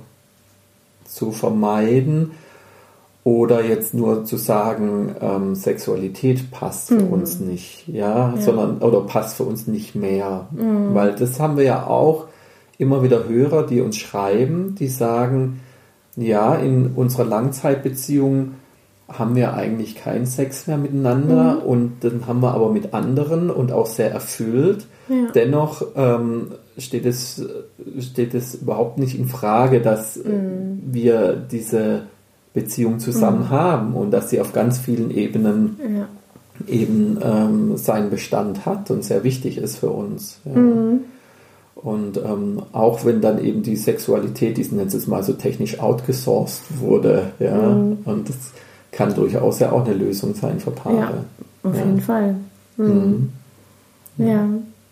zu vermeiden oder jetzt nur zu sagen, ähm, Sexualität passt für mhm. uns nicht, ja? ja, sondern oder passt für uns nicht mehr, mhm. weil das haben wir ja auch immer wieder Hörer, die uns schreiben, die sagen, ja, in unserer Langzeitbeziehung haben wir eigentlich keinen Sex mehr miteinander mhm. und dann haben wir aber mit anderen und auch sehr erfüllt. Ja. Dennoch ähm, steht es, steht es überhaupt nicht in Frage, dass mhm. wir diese Beziehung zusammen mhm. haben und dass sie auf ganz vielen Ebenen ja. eben ähm, seinen Bestand hat und sehr wichtig ist für uns. Ja. Mhm. Und ähm, auch wenn dann eben die Sexualität, die ist jetzt mal so technisch outgesourced wurde, ja, mhm. und das kann durchaus ja auch eine Lösung sein für Paare. Ja, auf ja. jeden Fall. Mhm. Mhm. Ja.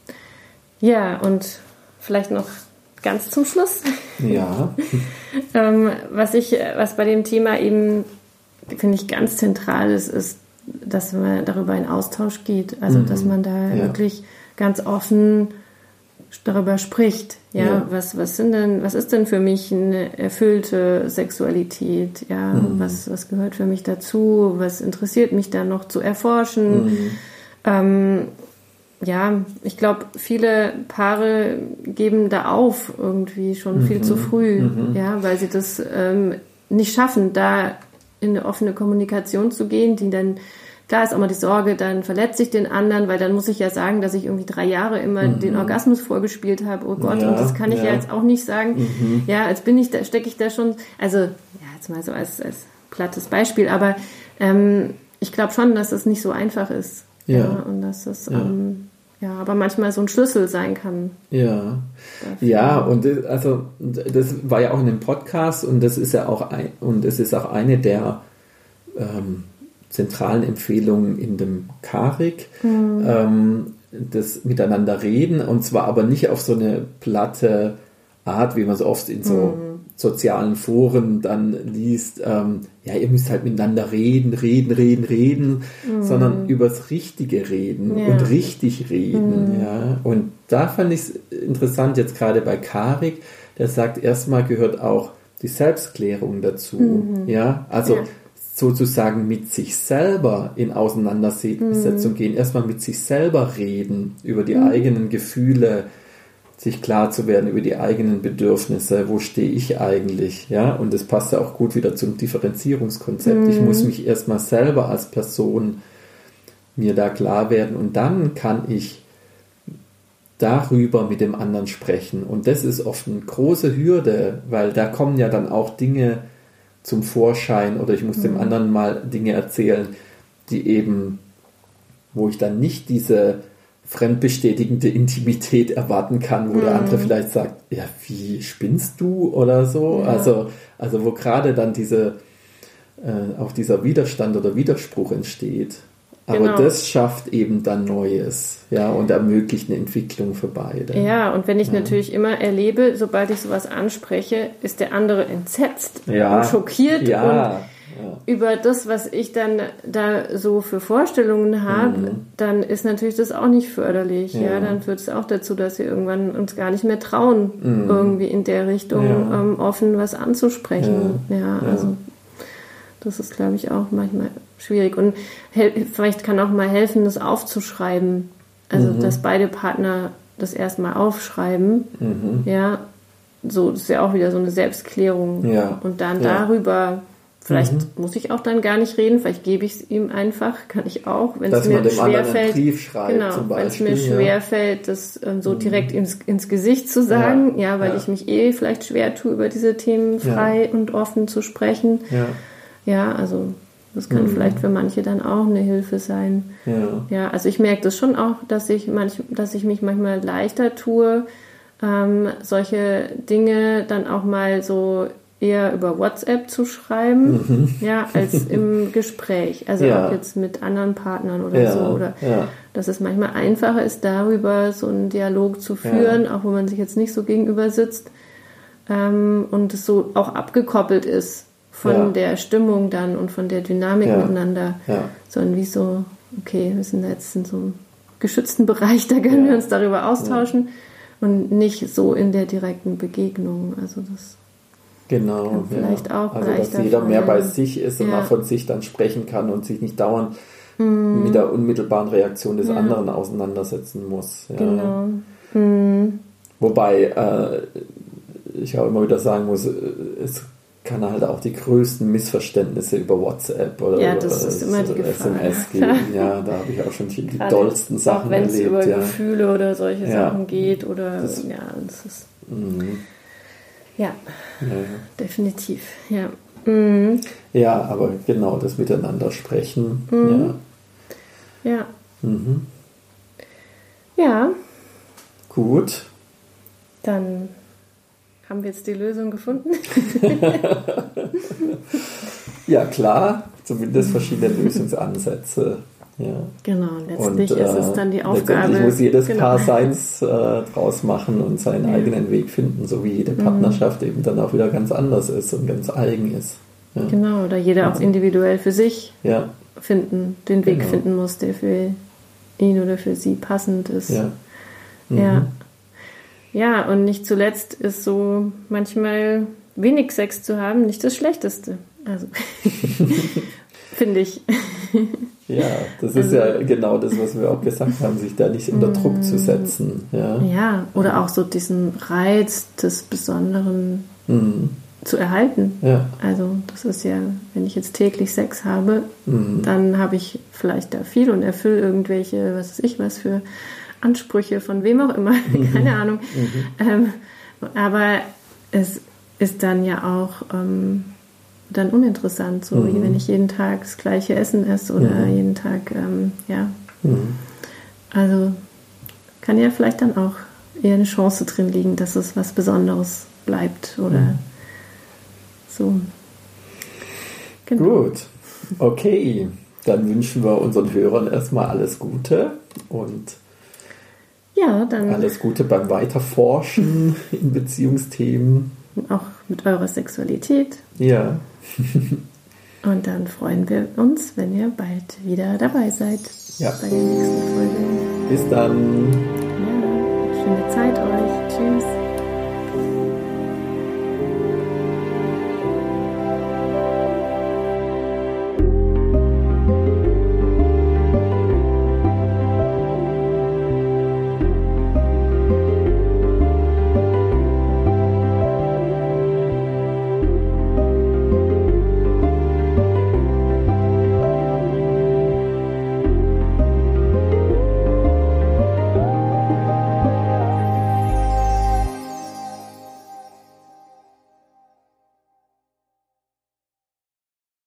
Ja, und vielleicht noch ganz zum Schluss. Ja. ähm, was ich, was bei dem Thema eben, finde ich, ganz zentral ist, ist, dass man darüber in Austausch geht. Also, mhm. dass man da ja. wirklich ganz offen darüber spricht, ja, ja, was was sind denn, was ist denn für mich eine erfüllte Sexualität, ja, mhm. was was gehört für mich dazu, was interessiert mich da noch zu erforschen, mhm. ähm, ja, ich glaube, viele Paare geben da auf irgendwie schon mhm. viel zu früh, mhm. ja, weil sie das ähm, nicht schaffen, da in eine offene Kommunikation zu gehen, die dann klar ist auch mal die Sorge, dann verletze ich den anderen, weil dann muss ich ja sagen, dass ich irgendwie drei Jahre immer mhm. den Orgasmus vorgespielt habe. Oh Gott, ja, und das kann ich ja, ja jetzt auch nicht sagen. Mhm. Ja, als bin ich da, stecke ich da schon, also, ja, jetzt mal so als, als plattes Beispiel, aber ähm, ich glaube schon, dass das nicht so einfach ist. Ja. ja und dass das, ja. Ähm, ja, aber manchmal so ein Schlüssel sein kann. Ja, dafür. Ja, und das, also das war ja auch in dem Podcast und das ist ja auch ein, und es ist auch eine der ähm, zentralen Empfehlungen in dem Karik, mhm. ähm, das Miteinander reden, und zwar aber nicht auf so eine platte Art, wie man so oft in so mhm. sozialen Foren dann liest, ähm, ja, ihr müsst halt miteinander reden, reden, reden, reden, mhm. sondern übers richtige Reden ja. und richtig reden. Mhm. Ja. Und da fand ich es interessant, jetzt gerade bei Karik, der sagt, erstmal gehört auch die Selbstklärung dazu. Mhm. Ja, also ja. sozusagen mit sich selber in Auseinandersetzung mhm. gehen, erstmal mit sich selber reden, über die mhm. eigenen Gefühle, sich klar zu werden über die eigenen Bedürfnisse, wo stehe ich eigentlich, ja, und das passt ja auch gut wieder zum Differenzierungskonzept. Mhm. Ich muss mich erstmal selber als Person mir da klar werden und dann kann ich darüber mit dem anderen sprechen, und das ist oft eine große Hürde, weil da kommen ja dann auch Dinge zum Vorschein oder ich muss mhm. dem anderen mal Dinge erzählen, die eben, wo ich dann nicht diese fremdbestätigende Intimität erwarten kann, wo mhm. der andere vielleicht sagt, ja, wie spinnst du oder so, ja. also, also wo gerade dann diese äh, auch dieser Widerstand oder Widerspruch entsteht. Aber genau. das schafft eben dann Neues, ja, und ermöglicht eine Entwicklung für beide. Ja, und wenn ich ja. natürlich immer erlebe, sobald ich sowas anspreche, ist der andere entsetzt ja. und schockiert ja. und ja. über das, was ich dann da so für Vorstellungen habe, mhm. dann ist natürlich das auch nicht förderlich. Ja, ja dann führt es auch dazu, dass wir irgendwann uns gar nicht mehr trauen, mhm. irgendwie in der Richtung ja. ähm, offen was anzusprechen. Ja, ja, ja. also das ist, glaube ich, auch manchmal schwierig. Und hel- vielleicht kann auch mal helfen, das aufzuschreiben. Also, mhm. dass beide Partner das erstmal aufschreiben. Mhm. Ja, so, das ist ja auch wieder so eine Selbstklärung. Ja. Und dann ja. darüber, vielleicht mhm. muss ich auch dann gar nicht reden, vielleicht gebe ich es ihm einfach, kann ich auch, wenn es mir schwerfällt. Genau, wenn es mir schwerfällt, das ähm, so mhm. direkt ins, ins Gesicht zu sagen, ja, ja weil ja. ich mich eh vielleicht schwer tue, über diese Themen frei ja. und offen zu sprechen. Ja. Ja, also das kann mhm. vielleicht für manche dann auch eine Hilfe sein. Ja, ja also ich merke das schon auch, dass ich, manch, dass ich mich manchmal leichter tue, ähm, solche Dinge dann auch mal so eher über WhatsApp zu schreiben, mhm. ja, als im Gespräch. Also ja. auch jetzt mit anderen Partnern oder ja. so. Oder ja. dass es manchmal einfacher ist, darüber so einen Dialog zu führen, ja. auch wo man sich jetzt nicht so gegenüber sitzt ähm, und es so auch abgekoppelt ist von ja. der Stimmung dann und von der Dynamik ja. miteinander, ja. sondern wie so, okay, wir sind jetzt in so einem geschützten Bereich, da können ja. wir uns darüber austauschen ja. und nicht so in der direkten Begegnung. Also das genau, kann vielleicht ja. auch also dass jeder fallen. mehr bei sich ist und ja. mal von sich dann sprechen kann und sich nicht dauernd mm. mit der unmittelbaren Reaktion des ja. anderen auseinandersetzen muss. Ja. Genau. Mm. Wobei äh, ich auch immer wieder sagen muss, es kann halt auch die größten Missverständnisse über WhatsApp oder ja, über das ist immer die S M S geben. Ja, da habe ich auch schon die dollsten Sachen erlebt. Auch wenn es über ja. Gefühle oder solche ja. Sachen geht oder das, ja, das ist mhm. ja, ja, definitiv. Ja. Mhm. ja, aber genau das Miteinander sprechen. Mhm. Ja. Ja. Mhm. Ja. Gut. Dann haben wir jetzt die Lösung gefunden? Ja, klar. Zumindest verschiedene Lösungsansätze. Ja. Genau, letztlich und, äh, ist es dann die Aufgabe. Letztendlich muss jedes genau. Paar seins äh, draus machen und seinen ja. eigenen Weg finden, so wie jede Partnerschaft mhm. eben dann auch wieder ganz anders ist und ganz eigen ist. Ja. Genau, oder jeder auch individuell für sich ja. finden, den Weg genau. finden muss, der für ihn oder für sie passend ist. Ja. Mhm. Ja. Ja, und nicht zuletzt ist so manchmal wenig Sex zu haben nicht das Schlechteste. Also, finde ich. Ja, das ist also, ja genau das, was wir auch gesagt haben, sich da nicht unter Druck mm, zu setzen. Ja, ja oder auch so diesen Reiz des Besonderen mm. zu erhalten. Ja. Also das ist ja, wenn ich jetzt täglich Sex habe, Mhm. dann habe ich vielleicht da viel und erfülle irgendwelche, was weiß ich, was für Ansprüche von wem auch immer, Mhm. keine Ahnung. Mhm. Ähm, aber es ist dann ja auch ähm, dann uninteressant, so Mhm. wie wenn ich jeden Tag das gleiche Essen esse oder Mhm. jeden Tag, ähm, ja. Mhm. Also kann ja vielleicht dann auch eher eine Chance drin liegen, dass es was Besonderes bleibt oder Mhm. so. Genau. Gut, okay. Dann wünschen wir unseren Hörern erstmal alles Gute und Ja, dann alles Gute beim Weiterforschen in Beziehungsthemen. auch mit eurer Sexualität. Ja. Und dann freuen wir uns, wenn ihr bald wieder dabei seid Ja. bei der nächsten Folge. Bis dann. Ja, schöne Zeit euch. Tschüss.